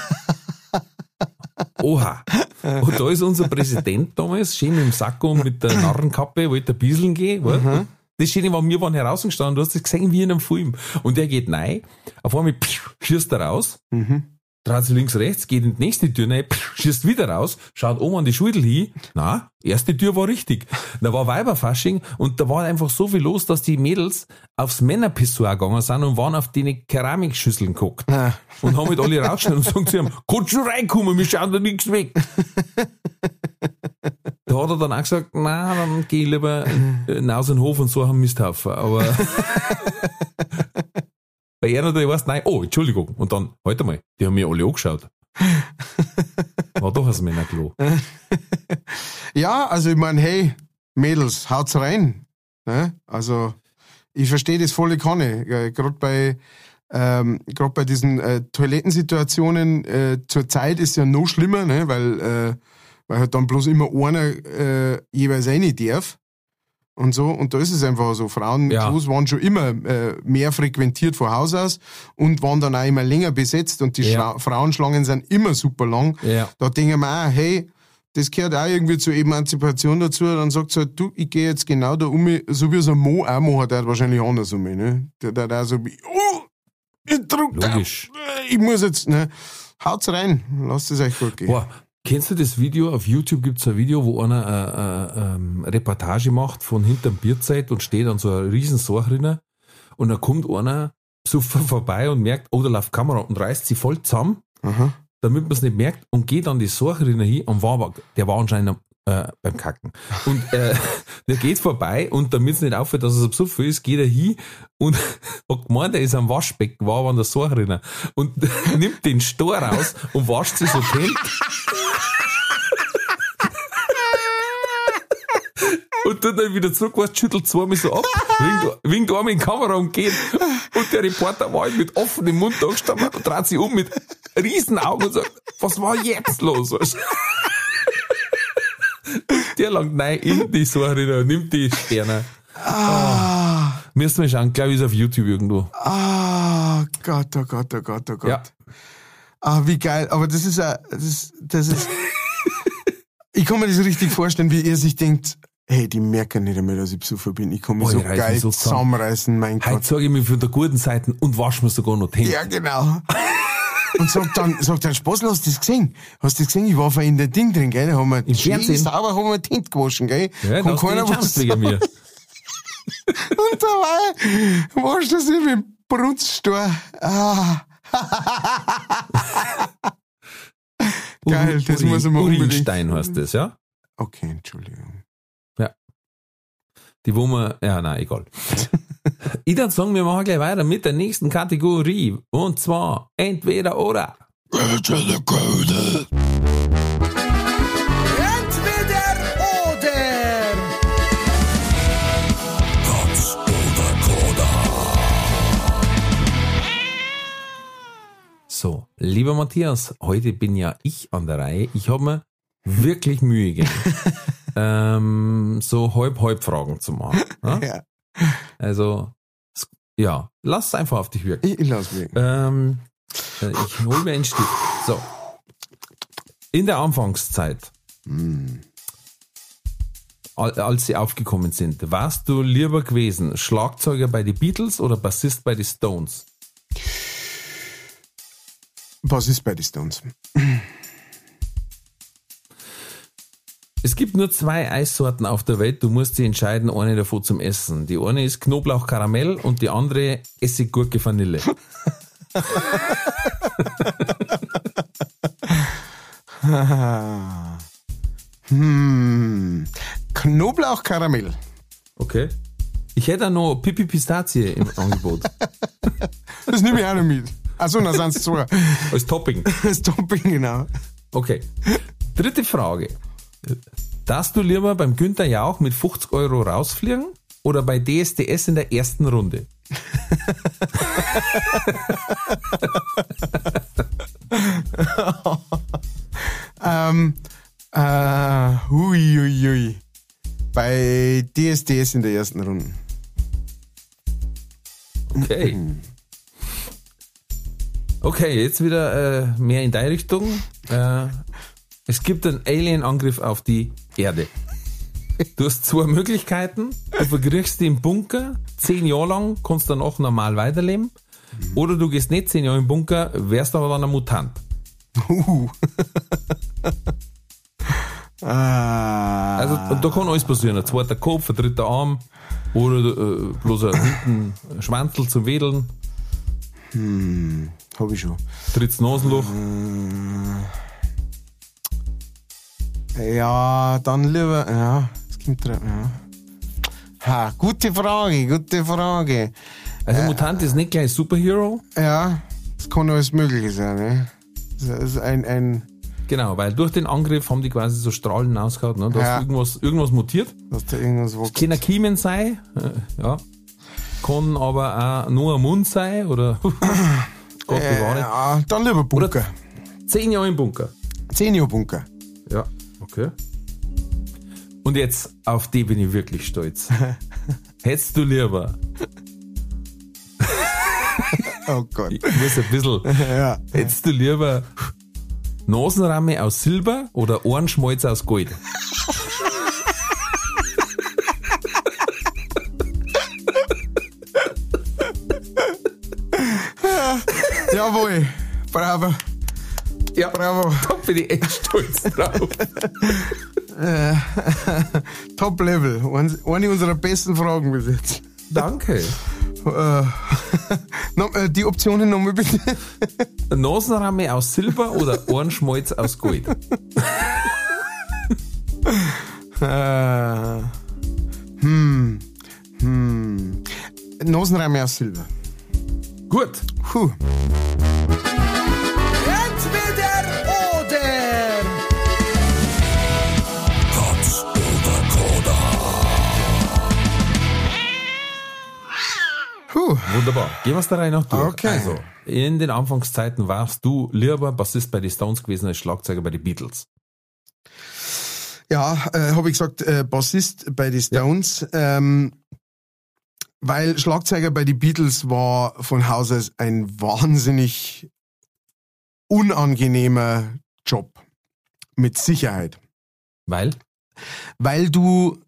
Oha. Und da ist unser Präsident damals, schön im Sakko und mit der Narrenkappe, wollte ein bisschen gehen, weißt? Mhm. Das Schöne war, wir waren herausgestanden, du hast das gesehen wie in einem Film. Und der geht rein, auf einmal schießt er raus, mhm. dreht sich links, rechts, geht in die nächste Tür rein, schießt wieder raus, schaut oben an die Schulter hin. Na, erste Tür war richtig. Da war Weiberfasching und da war einfach so viel los, dass die Mädels aufs Männerpissoir gegangen sind und waren auf die Keramikschüsseln geguckt. Ja. Und haben halt alle rausgeschnitten und sagen zu ihm, kannst du reinkommen, wir schauen da nichts weg. Da hat er dann auch gesagt, na, dann geh ich lieber hinaus in den Hof und so einen Misthaufen. Aber bei er natürlich weißt, nein, oh, Entschuldigung. Und dann, halt mal, die haben mir alle angeschaut. War doch ein Männerklo. Ja, also ich meine, hey, Mädels, haut's rein. Ne? Also, ich verstehe das volle Kanne. Ja, gerade bei, ähm, gerade bei diesen äh, Toilettensituationen äh, zur Zeit ist ja noch schlimmer, ne? weil, äh, weil halt dann bloß immer einer äh, jeweils rein darf. Und so, und da ist es einfach so. Frauen ja. Klos waren schon immer äh, mehr frequentiert von Haus aus und waren dann auch immer länger besetzt und die ja. Schra- Frauenschlangen sind immer super lang. Ja. Da denken wir auch, hey, das gehört auch irgendwie zur Emanzipation dazu. Dann sagt sie halt, du, ich gehe jetzt genau da um, so wie so ein Mo auch macht, der hat wahrscheinlich anders um mich, ne? Der hat auch so, oh, ich drück Logisch. Da, ich muss jetzt, ne? Haut's rein, lasst es euch gut gehen. Boah. Kennst du das Video? Auf YouTube gibt's ein Video, wo einer eine, eine, eine Reportage macht von hinterm Bierzeit und steht an so einer riesen Sorchrinne und dann kommt einer Suffer vorbei und merkt, oh, da läuft Kamera und reißt sie voll zusammen, aha. damit man es nicht merkt und geht an die Sorchrinne hin und war, der war anscheinend Äh, beim Kacken. Und äh, der geht vorbei und damit es nicht auffällt, dass er so besoffen ist, geht er hin und hat gemeint, er ist am Waschbecken, war aber an der Sache drin und nimmt den Stor raus und wascht sich so die Hände. Und tut dann wieder zurück, weißt, schüttelt zweimal so ab, winkt, winkt einmal in die Kamera und geht. Und der Reporter war halt mit offenem Mund da gestanden und dreht sich um mit riesen Augen und sagt, was war jetzt los? Weißt? Der langt rein in die Sache und nimmt die Sterne. Ah. Oh. Müssen wir schauen, glaube ich, ist auf YouTube irgendwo. Ah, Gott, oh Gott, oh Gott, oh Gott. Ja. Ah, wie geil. Aber das ist ja, das, das ist, ich kann mir das richtig vorstellen, wie er sich denkt, hey, die merken nicht einmal, dass ich besoffen bin. Ich kann mich oh, so geil mich so zusammenreißen, mein Gott. Heute zeige ich mich von der guten Seite und wasche mir sogar noch die Hände. Ja, genau. Und sagt dann, sagt dann, Spaßl, hast du das gesehen? Hast du das gesehen? Ich war vorhin in der Ding drin, gell? Da haben wir im Fernsehen sauber, haben wir die Hände gewaschen, gell? Ja, kann keiner was wegen mir. Und dabei wascht er sich mit dem Brunzstor. Ah. Geil, das Uri, muss man unbedingt. Urinstein heißt das, ja? Okay, Entschuldigung. Ja. Die, wo man, ja, nein, egal. Ich würde sagen, wir machen gleich weiter mit der nächsten Kategorie. Und zwar entweder oder. Entweder oder. Katz oder Koda. So, lieber Matthias, heute bin ja ich an der Reihe. Ich habe mir wirklich Mühe gegeben, ähm, so halb-halb-Fragen zu machen. Ja? Ja. Also, ja, lass es einfach auf dich wirken. Ich, ich lass wirken. Ähm, ich hole mir einen Stift. So. In der Anfangszeit, Mm. als sie aufgekommen sind, warst du lieber gewesen Schlagzeuger bei den Beatles oder Bassist bei den Stones? Was ist bei den Stones? Es gibt nur zwei Eissorten auf der Welt, du musst dich entscheiden, eine davon zum Essen. Die eine ist Knoblauch Karamell und die andere Essiggurke Vanille. hm. Knoblauch Karamell. Okay. Ich hätte auch noch Pipi Pistazie im Angebot. Das nehme ich auch noch mit. Achso, na sind es zwei. Als Topping. Als Topping, genau. Okay. Dritte Frage. Darfst du lieber beim Günther Jauch mit fünfzig Euro rausfliegen oder bei D S D S in der ersten Runde? ähm, äh, hui, hui, hui. Bei D S D S in der ersten Runde. Okay. Okay, jetzt wieder äh, mehr in deine Richtung. Äh, es gibt einen Alien-Angriff auf die Erde. Du hast zwei Möglichkeiten. Du verkriechst dich im Bunker, zehn Jahre lang, kannst danach normal weiterleben. Oder du gehst nicht zehn Jahre im Bunker, wärst aber dann ein Mutant. Uh. ah. Also da kann alles passieren. Ein zweiter Kopf, ein dritter Arm oder äh, bloß ein hinten Schwanzel zum Wedeln. Hm, hab ich schon. Drittes Nasenloch. Ja, dann lieber, ja, es kommt drauf, ja. Ha, gute Frage, gute Frage. Also äh, Mutant ist nicht gleich Superhero. Ja, es kann alles Mögliche sein, ne? Das ist ein, ein Genau, weil durch den Angriff haben die quasi so Strahlen ausgehauen, ne? Da ja. ist irgendwas, irgendwas mutiert. Dass da irgendwas wächst. Kann ein Kiemen sein, äh, ja. Kann aber auch nur ein Mund sein, oder Gott bewahre. Äh, ja, dann lieber Bunker. Oder zehn Jahre im Bunker. Zehn Jahre Bunker. Ja, okay. Und jetzt, auf die bin ich wirklich stolz. Hättest du lieber... Oh Gott. Ich muss ein bisschen... Ja. Hättest du lieber Nasenramme aus Silber oder Ohrenschmalz aus Gold? Jawohl. Bravo. Ja, bravo. Da bin ich echt stolz drauf. Äh, Top Level. Eine unserer besten Fragen bis jetzt. Danke. Äh, no, äh, die Optionen nochmal bitte. Nasenramme aus Silber oder Ohrenschmalz aus Gold? Äh, hm. Hm. Nasenreime aus Silber. Gut. Puh. Entweder oder. Katz oder Koda. Puh. Wunderbar. Gehen wir es der Reihe nach durch. Okay. Also, in den Anfangszeiten warst du lieber Bassist bei den Stones gewesen als Schlagzeuger bei den Beatles. Ja, äh, habe ich gesagt, äh, Bassist bei den Stones, ja. ähm, weil Schlagzeuger bei den Beatles war von Haus aus ein wahnsinnig unangenehmer Job. Mit Sicherheit. Weil? Weil du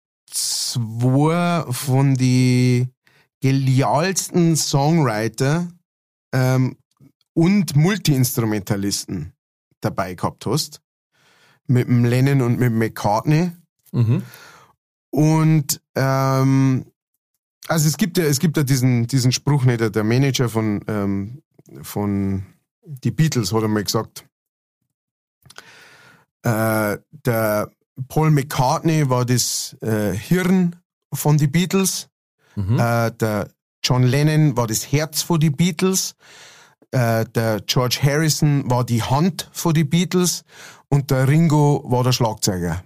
zwei von die genialsten Songwriter ähm, und Multi-Instrumentalisten dabei gehabt hast. Mit dem Lennon und mit dem McCartney. Mhm. Und ähm, also es gibt ja, es gibt ja diesen, diesen Spruch, nicht, der Manager von, ähm, von die Beatles hat einmal gesagt, äh, der Paul McCartney war das äh, Hirn von die Beatles, Mhm. äh, der John Lennon war das Herz von die Beatles, äh, der George Harrison war die Hand von die Beatles und der Ringo war der Schlagzeuger.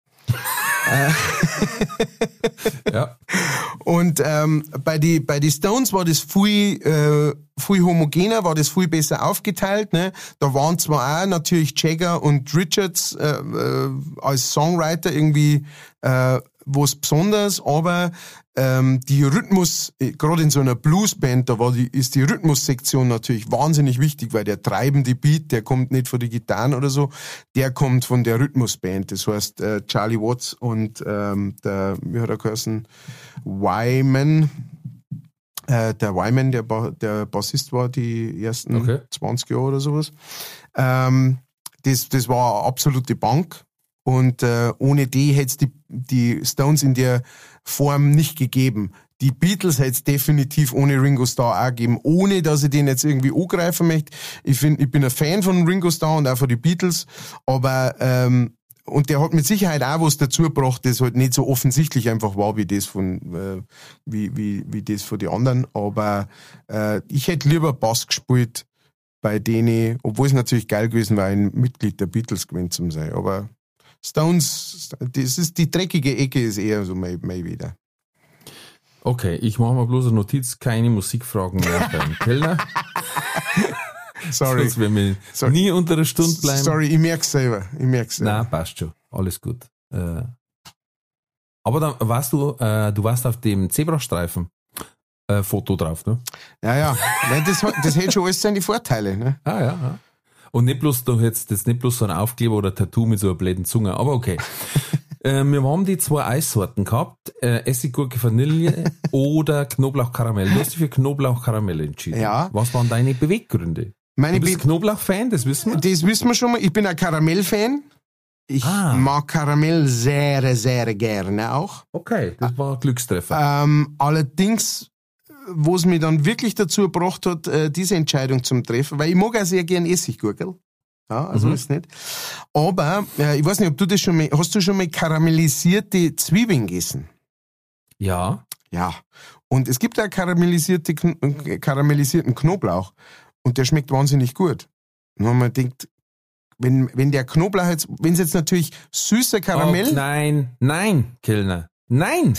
Ja. Und ähm, bei die bei die Stones war das viel äh, viel homogener, war das viel besser aufgeteilt. Ne? Da waren zwar auch natürlich Jagger und Richards äh, äh, als Songwriter irgendwie äh, was Besonderes, aber ähm, die Rhythmus, gerade in so einer Bluesband, da war die, ist die Rhythmussektion natürlich wahnsinnig wichtig, weil der treibende Beat, der kommt nicht von den Gitarren oder so, der kommt von der Rhythmusband. Das heißt, äh, Charlie Watts und ähm, der, wie hat er geheißen, Wyman, äh, der Wyman, der, ba- der Bassist war die ersten Okay. zwanzig Jahre oder sowas. Ähm, das, das war eine absolute Bank. Und äh, ohne die hätte es die, die Stones in der Form nicht gegeben. Die Beatles hätte es definitiv ohne Ringo Starr auch gegeben, ohne dass ich den jetzt irgendwie angreifen möchte. Ich finde, ich bin ein Fan von Ringo Starr und auch von den Beatles, aber ähm, und der hat mit Sicherheit auch was dazu gebracht, das halt nicht so offensichtlich einfach war wie das von äh, wie wie wie das von den anderen. Aber äh, ich hätte lieber Bass gespielt bei denen, obwohl es natürlich geil gewesen war, ein Mitglied der Beatles gewesen zu sein. Aber Stones, das ist die dreckige Ecke, ist eher so mein, mein wieder. Okay, ich mache mal bloß eine Notiz, keine Musikfragen mehr beim Kellner. Sorry. Sonst werden wir Sorry. nie unter der Stunde bleiben. Sorry, ich merk's selber. Ich merk's selber. Nein, passt schon. Alles gut. Äh, aber dann warst du, äh, du warst auf dem Zebrastreifen äh, Foto drauf, ne? Ja, ja. Nein, das, hat- das hätte schon alles seine Vorteile. Ne? Ah, ja, ja. Und nicht bloß, du hättest jetzt nicht bloß so ein Aufkleber oder ein Tattoo mit so einer bläden Zunge, aber okay. äh, wir haben die zwei Eissorten gehabt, äh, Essiggurke Vanille oder Knoblauch-Karamell. Du hast dich für Knoblauch-Karamell entschieden. Ja. Was waren deine Beweggründe? Meine Du bist Be- Knoblauch-Fan, das wissen wir. Das wissen wir schon mal. Ich bin ein Karamell-Fan. Ich Ah. mag Karamell sehr, sehr gerne auch. Okay, das war ein Glückstreffer. Ähm, allerdings, wo es mich dann wirklich dazu gebracht hat, äh, diese Entscheidung zum Treffen, weil ich mag auch sehr gern Essiggurkel. Ja, also Mhm. ist nicht. Aber, äh, ich weiß nicht, ob du das schon mal, hast du schon mal karamellisierte Zwiebeln gegessen? Ja. Ja. Und es gibt auch karamellisierte, Kn- karamellisierten Knoblauch. Und der schmeckt wahnsinnig gut. Und wenn man denkt, wenn, wenn der Knoblauch jetzt, wenn es jetzt natürlich süßer Karamell, Oh, nein, nein, Kellner. Nein!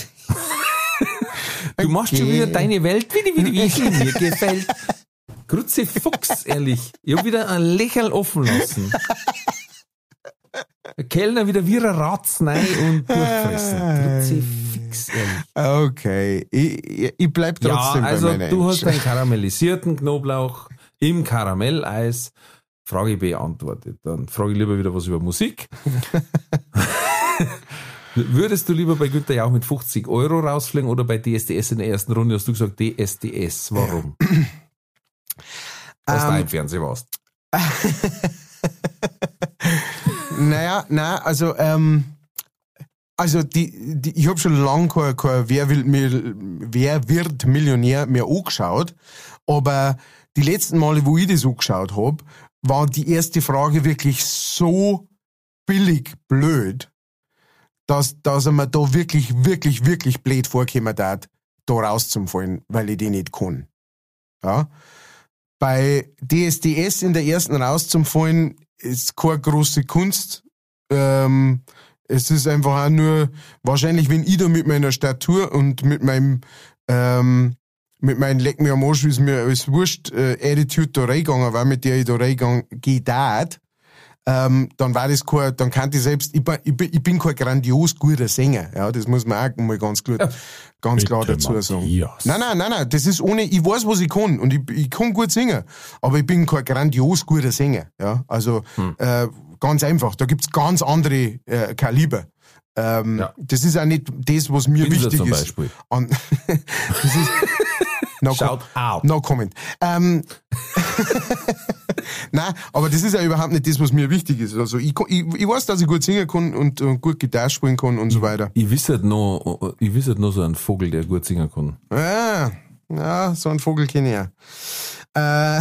Du machst schon Okay. wieder deine Welt, wie die, wie die, wie sie mir gefällt. Grütze Fuchs, ehrlich. Ich hab wieder ein Lächeln offen lassen. Der Kellner wieder wie ein Ratz rein und durchfressen. Grütze Fix, ehrlich. okay, ich, ich, ich bleib Ja, trotzdem also bei meiner du hast Entscheidung. einen karamellisierten Knoblauch im Karamelleis. Frage beantwortet. Dann frage ich lieber wieder was über Musik. Würdest du lieber bei Günther Jauch mit fünfzig Euro rausfliegen oder bei D S D S in der ersten Runde? Hast du gesagt D S D S. Warum? Aus Ähm, deinem Fernsehen warst. Naja, na, also, ähm, also die, die, ich habe schon lange kein, kein Wer, will, Mil- Wer wird Millionär mehr angeschaut, aber die letzten Male, wo ich das angeschaut habe, war die erste Frage wirklich so billig blöd, dass, dass er mir da wirklich, wirklich, wirklich blöd vorkommen hat, da rauszufallen, weil ich die nicht kann. Ja. Bei D S D S in der ersten rauszufallen ist keine große Kunst. Ähm, es ist einfach auch nur, wahrscheinlich, wenn ich da mit meiner Statur und mit meinem, ähm, mit meinem Leck mir am Arsch, wie es mir alles wurscht, äh, Attitude da reingegangen war, mit der ich da reingegangen geht, ähm, dann war das kein, dann kann ich selbst, ich bin, ich bin, ich bin kein grandios guter Sänger, ja, das muss man auch mal ganz gut, ja, ganz klar dazu Matthias. sagen. Nein, nein, nein, nein, das ist ohne, ich weiß, was ich kann und ich, ich kann gut singen, aber ich bin kein grandios guter Sänger, ja, also, hm. äh, ganz einfach, da gibt's ganz andere, äh, Kaliber. Ähm, ja. Das ist auch nicht das, was mir Pinsel wichtig zum ist. Beispiel. An, das ist, no Shout out. No comment. Ähm, Nein, aber das ist ja überhaupt nicht das, was mir wichtig ist. Also ich, ich, ich weiß, dass ich gut singen kann und, und gut Gitarre spielen kann und so weiter. Ich, ich wisse noch, ich wisse noch so einen Vogel, der gut singen kann. Ja, ja, so einen Vogel kenne ich ja. Äh,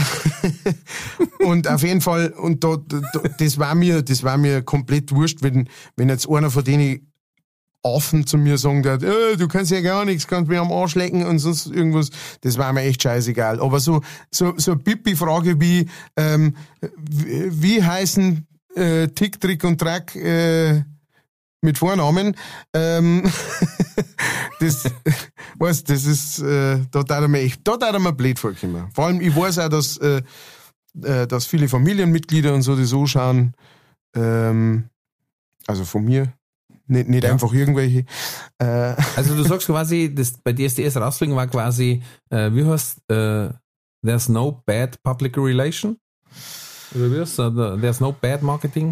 und auf jeden Fall, und da, da, das war mir, das war mir komplett wurscht, wenn, wenn jetzt einer von denen Affen zu mir sagen, der, äh, du kannst ja gar nichts, kannst mir am Arsch lecken und sonst irgendwas, das war mir echt scheißegal. Aber so, so, so eine Pipi-Frage wie, ähm, wie, wie heißen äh, Tick, Trick und Track äh, mit Vornamen, ähm, das, weißt, das ist, äh, da darf er mir echt, da darf er mir blöd vorkommen. Vor allem, ich weiß auch, dass, äh, dass viele Familienmitglieder und so, die so schauen, ähm, also von mir, nicht, nicht ja. einfach irgendwelche. Äh. Also du sagst quasi, das bei D S D S rausfliegen war quasi, äh, wie heißt, äh, there's no bad public relation? Oder wie heißt das? There's no bad marketing?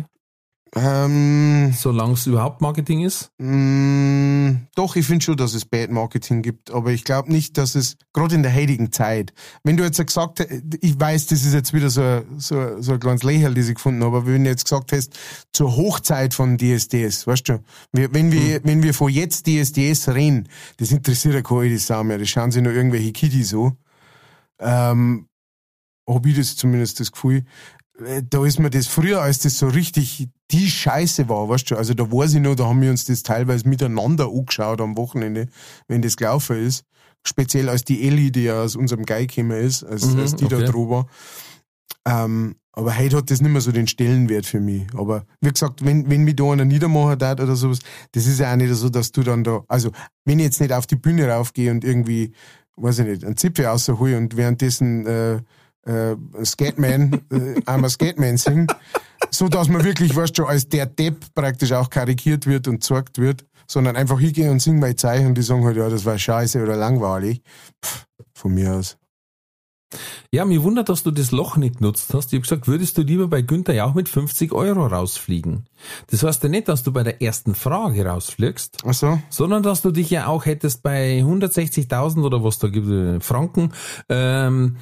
Ähm, Solange es überhaupt Marketing ist? Mh, doch, ich finde schon, dass es Bad Marketing gibt, aber ich glaube nicht, dass es, gerade in der heutigen Zeit, wenn du jetzt gesagt hättest, ich weiß, das ist jetzt wieder so, so, so ein kleines Lächerl, das ich gefunden habe, aber wenn du jetzt gesagt hast, zur Hochzeit von D S D S, weißt du, wenn wir, hm. wenn wir von jetzt D S D S reden, das interessiert ja keine alte Sau mehr, das schauen sich nur irgendwelche Kiddies so, ähm, habe ich das zumindest das Gefühl. Da ist mir das früher, als das so richtig die Scheiße war, weißt du, also da weiß ich noch, da haben wir uns das teilweise miteinander angeschaut am Wochenende, wenn das gelaufen ist. Speziell als die Elli, die ja aus unserem Guy gekommen ist, als, mhm, als die okay. da drüber war. Ähm, aber heute hat das nicht mehr so den Stellenwert für mich. Aber wie gesagt, wenn, wenn mich da einer niedermachen darf oder sowas, das ist ja auch nicht so, dass du dann da, also wenn ich jetzt nicht auf die Bühne raufgehe und irgendwie, weiß ich nicht, einen Zipfel raushole und währenddessen äh, Uh, Skateman, uh, einmal Skateman singen, so dass man wirklich, weißt du, als der Depp praktisch auch karikiert wird und gezeigt wird, sondern einfach hingehen und singen mein Zeichen und die sagen halt, ja, das war scheiße oder langweilig. Pff, von mir aus. Ja, mich wundert, dass du das Loch nicht genutzt hast. Ich habe gesagt, würdest du lieber bei Günther Jauch mit fünfzig Euro rausfliegen? Das heißt ja nicht, dass du bei der ersten Frage rausfliegst, ach so, sondern dass du dich ja auch hättest bei hundertsechzigtausend oder was da gibt, Franken, ähm,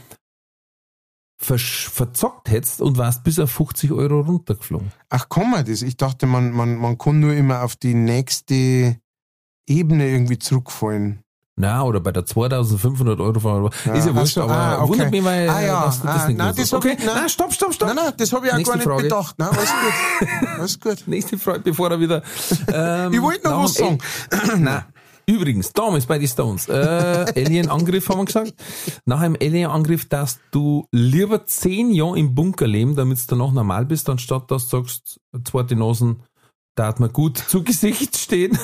verzockt hättest und warst bis auf fünfzig Euro runtergeflogen. Ach, kann man das? Ich dachte, man, man, man kann nur immer auf die nächste Ebene irgendwie zurückfallen. Na, oder bei der zweitausendfünfhundert Euro fahren. Ja, ist ja wurscht, aber ah, okay. wundert mich, weil ah, ja. dass du das ah, nicht nein, das okay, ich, nein. nein, stopp, stopp, stopp. Nein, nein, das habe ich auch Nächste gar nicht Frage. bedacht. Nein, alles gut. Alles gut. Nächste Frage, bevor er wieder... Ähm, ich wollte noch was sagen. Nein. Übrigens, damals bei den Stones, äh, Alien-Angriff haben wir gesagt. Nach einem Alien-Angriff darfst du lieber zehn Jahre im Bunker leben, damit du danach normal bist, anstatt dass du sagst, zweite Nasen, da hat man gut zu Gesicht stehen.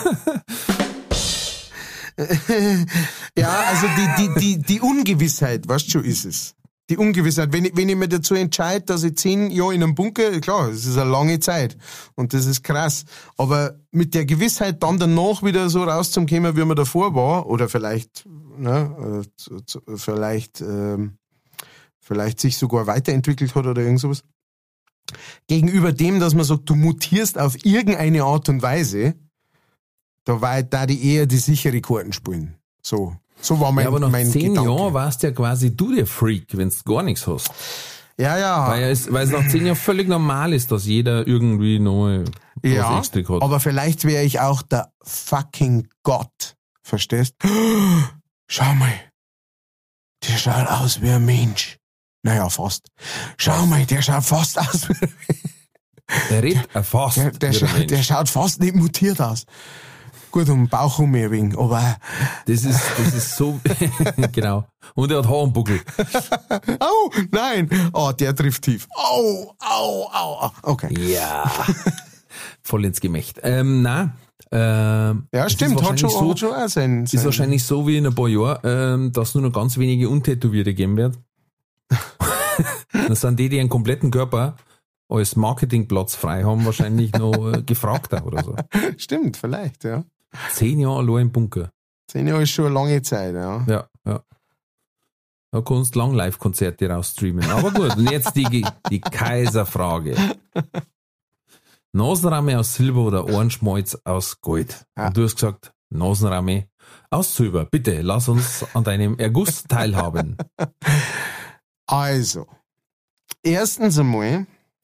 Ja, also die, die, die, die Ungewissheit, weißt du schon, ist es. Die Ungewissheit. Wenn ich, wenn ich mir dazu entscheide, dass ich zehn Jahre in einem Bunker, klar, das ist eine lange Zeit. Und das ist krass. Aber mit der Gewissheit dann danach wieder so rauszukommen, wie man davor war, oder vielleicht, ne, vielleicht, ähm, vielleicht sich sogar weiterentwickelt hat oder irgend sowas. Gegenüber dem, dass man sagt, du mutierst auf irgendeine Art und Weise, da war da die eher die sichere Karten spielen. So. So war mein, ja, aber nach mein zehn Gedanke. Jahren warst du ja quasi du der Freak, wenn du gar nichts hast. Ja, ja. Weil es, weil es nach zehn Jahren völlig normal ist, dass jeder irgendwie neu was ja, extra hat. Aber vielleicht wäre ich auch der fucking Gott. Verstehst? Schau mal. Der schaut aus wie ein Mensch. Naja, fast. Schau mal, der schaut fast aus wie ein Mensch. Der redet äh, fast. Der, der, wie scha Mensch. der schaut fast nicht mutiert aus. Gut, um den Bauch rum ein wenig, aber... Das ist, das ist so, genau. Und er hat Haar am Buckel. Au, nein. Oh, der trifft tief. Au, au, au, au. Okay. Ja. Voll ins Gemächt. Ähm, nein. Ähm, Ja, es stimmt, ist hat schon, wahrscheinlich hat schon auch sein... so, ist sein wahrscheinlich so wie in ein paar Jahren, ähm, dass nur noch ganz wenige Untätowierte geben wird. Das sind die, die einen kompletten Körper als Marketingplatz frei haben, wahrscheinlich noch äh, gefragter oder so. Stimmt, vielleicht, ja. Zehn Jahre allein im Bunker. Zehn Jahre ist schon eine lange Zeit, ja. Ja, ja. Da kannst du lang Live-Konzerte rausstreamen. Aber gut, und jetzt die, die Kaiserfrage. Nasenramme aus Silber oder Ohrenschmalz aus Gold? Ja. Und du hast gesagt, Nasenramme aus Silber. Bitte, lass uns an deinem Erguss teilhaben. Also, erstens einmal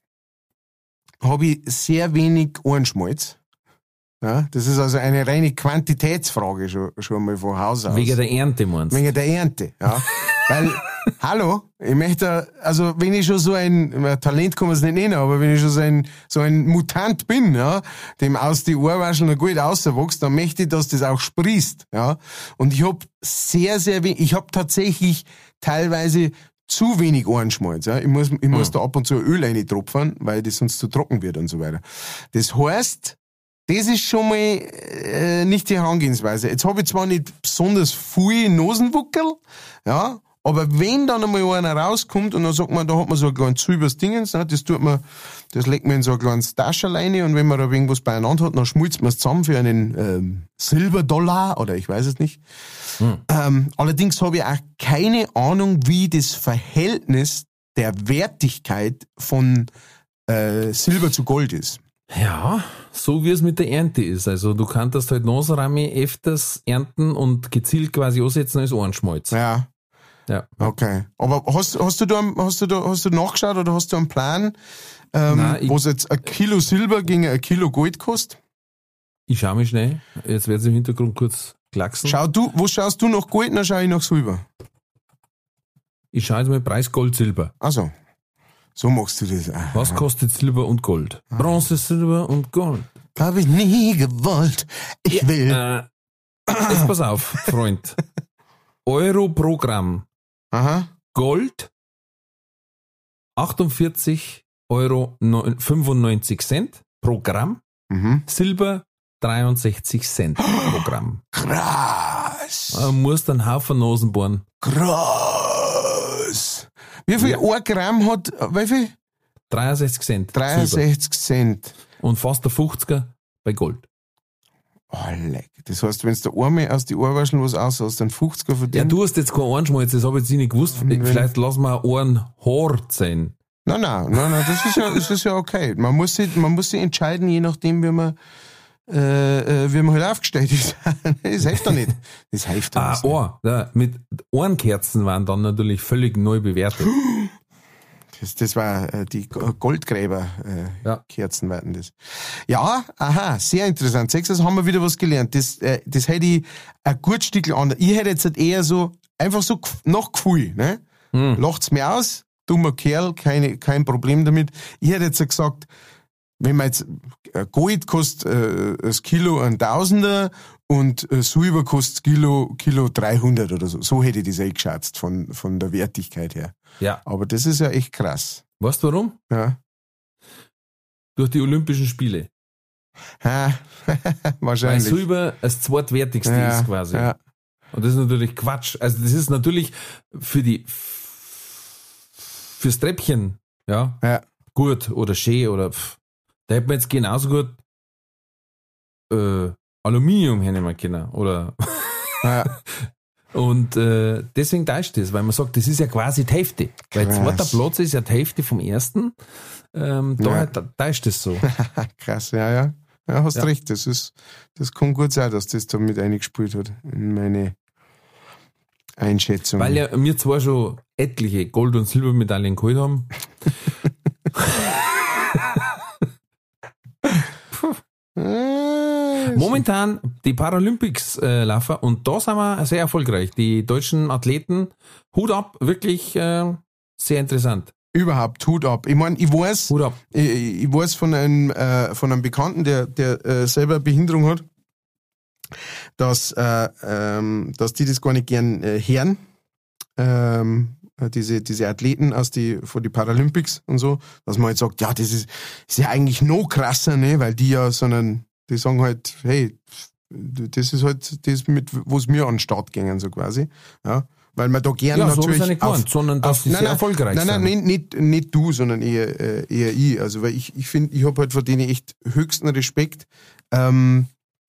habe ich sehr wenig Ohrenschmalz. Ja, das ist also eine reine Quantitätsfrage schon, schon mal von Haus aus. Wegen der Ernte, meinst du? Wegen der Ernte, ja. Weil, hallo, ich möchte, also wenn ich schon so ein, Talent kann man es nicht nennen, aber wenn ich schon so ein, so ein Mutant bin, ja, dem aus die Ohrwaschel noch gut rauswächst, dann möchte ich, dass das auch sprießt, ja. Und ich hab sehr, sehr wenig, ich hab tatsächlich teilweise zu wenig Ohrenschmalz, ja. Ich muss, ich muss Hm. da ab und zu Öl reintropfen, weil das sonst zu trocken wird und so weiter. Das heißt, das ist schon mal äh, nicht die Herangehensweise. Jetzt habe ich zwar nicht besonders viel Nasenwuckel, ja, aber wenn dann einmal einer rauskommt und dann sagt man, da hat man so ein kleines Zübers Dingens, ne, das tut man, das legt man in so ein kleines Taschel rein und wenn man da irgendwas beieinander hat, dann schmilzt man es zusammen für einen ähm, Silberdollar oder ich weiß es nicht. Hm. Ähm, allerdings habe ich auch keine Ahnung, wie das Verhältnis der Wertigkeit von äh, Silber zu Gold ist. Ja, so wie es mit der Ernte ist. Also du kannst halt Nasenramme öfters ernten und gezielt quasi ansetzen als Ohrenschmalz. Ja. Ja. Okay. Aber hast, hast du da, hast du da, hast du nachgeschaut oder hast du einen Plan, ähm, Nein, ich- was jetzt ein Kilo Silber gegen ein Kilo Gold kostet? Ich schau mich schnell. Jetzt wird es im Hintergrund kurz klacksen. Schau du, wo schaust du nach Gold, dann schau ich nach Silber. Ich schaue jetzt mal Preis Gold, Silber. Also, so machst du das. Ah, Was kostet Silber und Gold? Bronze, Silber und Gold. Hab ich nie gewollt. Ich will. Äh, jetzt pass auf, Freund. Euro pro Gramm. Aha. Gold achtundvierzig Euro fünfundneunzig Cent pro Gramm. Mhm. Silber dreiundsechzig Cent pro Gramm. Krass. Man muss einen Haufen Nasen bohren. Krass. Wie viel Ja. ein Gramm hat, wie viel? dreiundsechzig Cent. Silber. dreiundsechzig Cent. Und fast der fünfziger bei Gold. Oh, leck. Das heißt, wenn du der Arme aus die Ohrwascheln was aus hast, dann fünfziger verdient. Ja, du hast jetzt kein Ohrenschmalz, das habe ich jetzt nicht gewusst. Vielleicht lassen wir Ohrenhaar sein. Nein, nein, nein, nein, das ist ja, das ist ja okay. Man muss sich, man muss sich entscheiden, je nachdem, wie man, äh, äh, wie man halt aufgestellt ist. Das hilft doch nicht. Das hilft doch Ah, nicht. Ohr. Ja, mit Ohrenkerzen waren dann natürlich völlig neu bewertet. Das, das war äh, die Goldgräber äh, Ja. Kerzen werden das. Ja, aha, sehr interessant. Sechs, das haben wir wieder was gelernt. Das, äh, das hätte ich ein gut Stück anders. Ich hätte jetzt halt eher so, einfach so gef- nach Gefühl, ne? Hm. Lacht's mir aus, dummer Kerl, keine, kein Problem damit. Ich hätte jetzt gesagt, wenn man jetzt äh, Gold kostet äh, das Kilo ein Tausender und äh, Silber kostet Kilo, Kilo dreihundert oder so. So hätte ich das eingeschätzt von, von der Wertigkeit her. Ja. Aber das ist ja echt krass. Weißt du warum? Ja. Durch die Olympischen Spiele. Ha, Weil wahrscheinlich. Silber das zweitwertigste ja, ist quasi. Ja. Und das ist natürlich Quatsch. Also das ist natürlich für die fürs Treppchen, ja, Ja. gut oder schön oder pff. Da hätte man jetzt genauso gut äh, Aluminium hernehmen können. Oder Ja. und äh, deswegen täuscht das, weil man sagt, das ist ja quasi die Hälfte. Weil Krass. zweiter Platz ist ja die Hälfte vom ersten. Ähm, da Ja. da täuscht das so. Krass, ja, ja. Ja, hast Ja. recht. Das ist, das kann gut sein, dass das da mit eingespielt hat in meine Einschätzung. Weil ja wir zwar schon etliche Gold- und Silbermedaillen geholt haben. Äh, Momentan die Paralympics äh, laufen und da sind wir sehr erfolgreich. Die deutschen Athleten, Hut ab, wirklich äh, sehr interessant. Überhaupt, Hut ab. Ich meine, ich weiß, Hut ab. Ich, ich weiß von einem, äh, von einem Bekannten, der, der äh, selber Behinderung hat, dass, äh, ähm, dass die das gar nicht gern äh, hören. Ähm, diese, diese Athleten aus die, von die Paralympics und so, dass man halt sagt, ja, das ist, ist ja eigentlich noch krasser, ne, weil die ja, sondern, die sagen halt, hey, das ist halt das, mit, wo es mir an den Start gingen, so quasi, ja. Weil man da gerne ja, natürlich. So ist ja nicht gemeint, auf, sondern dass auf, die nein, sehr nein, erfolgreich nein, nein, sind. Nein, nicht, nicht du, sondern eher, äh, eher ich. Also, weil ich, ich finde, ich habe halt vor denen echt höchsten Respekt, ähm,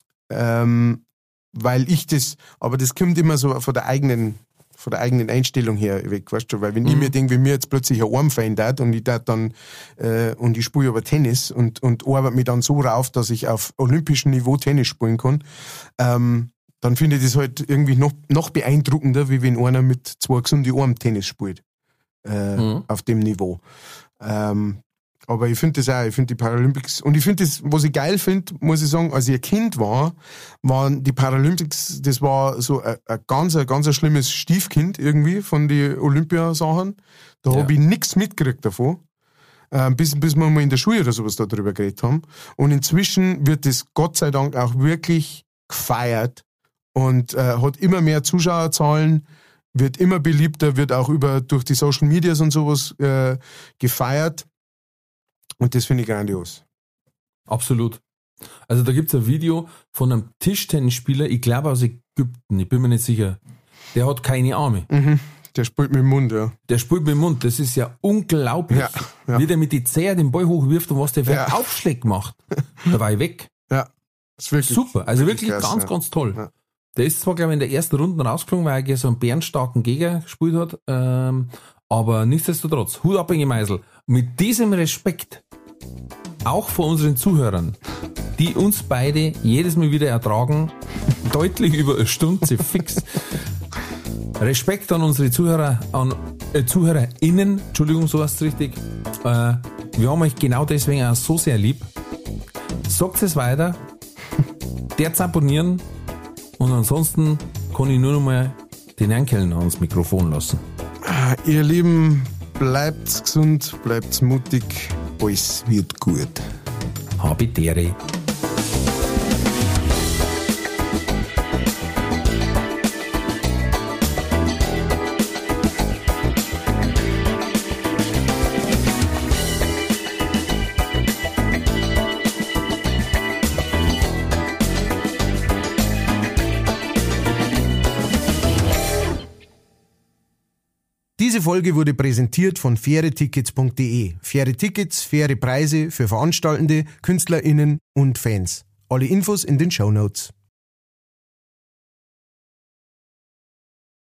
ähm, weil ich das, aber das kommt immer so von der eigenen, von der eigenen Einstellung her weg, weißt du, weil wenn mhm. ich mir denke, wenn mir jetzt plötzlich ein Arm verändert und ich da dann, äh, und ich spiele aber Tennis und, und arbeite mich dann so rauf, dass ich auf olympischem Niveau Tennis spielen kann, ähm, dann finde ich das halt irgendwie noch, noch beeindruckender, wie wenn einer mit zwei gesunden Armen Tennis spielt. Äh, mhm. Auf dem Niveau. Ähm, aber ich finde das auch, ich finde die Paralympics, und ich finde das, was ich geil finde, muss ich sagen, als ich ein Kind war, waren die Paralympics, das war so ein, ein ganz, ein ganz ein schlimmes Stiefkind irgendwie von den Olympiasachen. Da ja. habe ich nichts mitgekriegt davon. Äh, bis, bis wir mal in der Schule oder sowas darüber geredet haben. Und inzwischen wird das Gott sei Dank auch wirklich gefeiert. Und äh, hat immer mehr Zuschauerzahlen, wird immer beliebter, wird auch über durch die Social Medias und sowas äh, gefeiert. Und das finde ich grandios. Absolut. Also da gibt es ein Video von einem Tischtennisspieler, ich glaube aus Ägypten, ich bin mir nicht sicher. Der hat keine Arme. Mhm. Der spielt mit dem Mund, ja. Der spielt mit dem Mund, das ist ja unglaublich. Ja, ja. Wie der mit die Zehe den Ball hochwirft und was der für einen ja. Aufschlag macht. Da war ich weg. Ja. Das ist wirklich, super, also wirklich, wirklich krass, ganz, ja. ganz toll. Ja. Der ist zwar, glaube ich, in der ersten Runde rausgeflogen, weil er gegen so einen bärenstarken Gegner gespielt hat, ähm, aber nichtsdestotrotz, Hut ab, Inge Meisel. Mit diesem Respekt, auch von unseren Zuhörern, die uns beide jedes Mal wieder ertragen, deutlich über eine Stunde fix. Respekt an unsere Zuhörer, an äh, ZuhörerInnen, Entschuldigung, so heißt es richtig. Äh, wir haben euch genau deswegen auch so sehr lieb. Sagt es weiter, der's abonnieren. Und ansonsten kann ich nur noch mal den Herrn Kellner ans Mikrofon lassen. Ihr Lieben, bleibt gesund, bleibt mutig, alles wird gut. Habitere. Diese Folge wurde präsentiert von faire tickets punkt de. Faire Tickets, faire Preise für Veranstaltende, KünstlerInnen und Fans. Alle Infos in den Shownotes.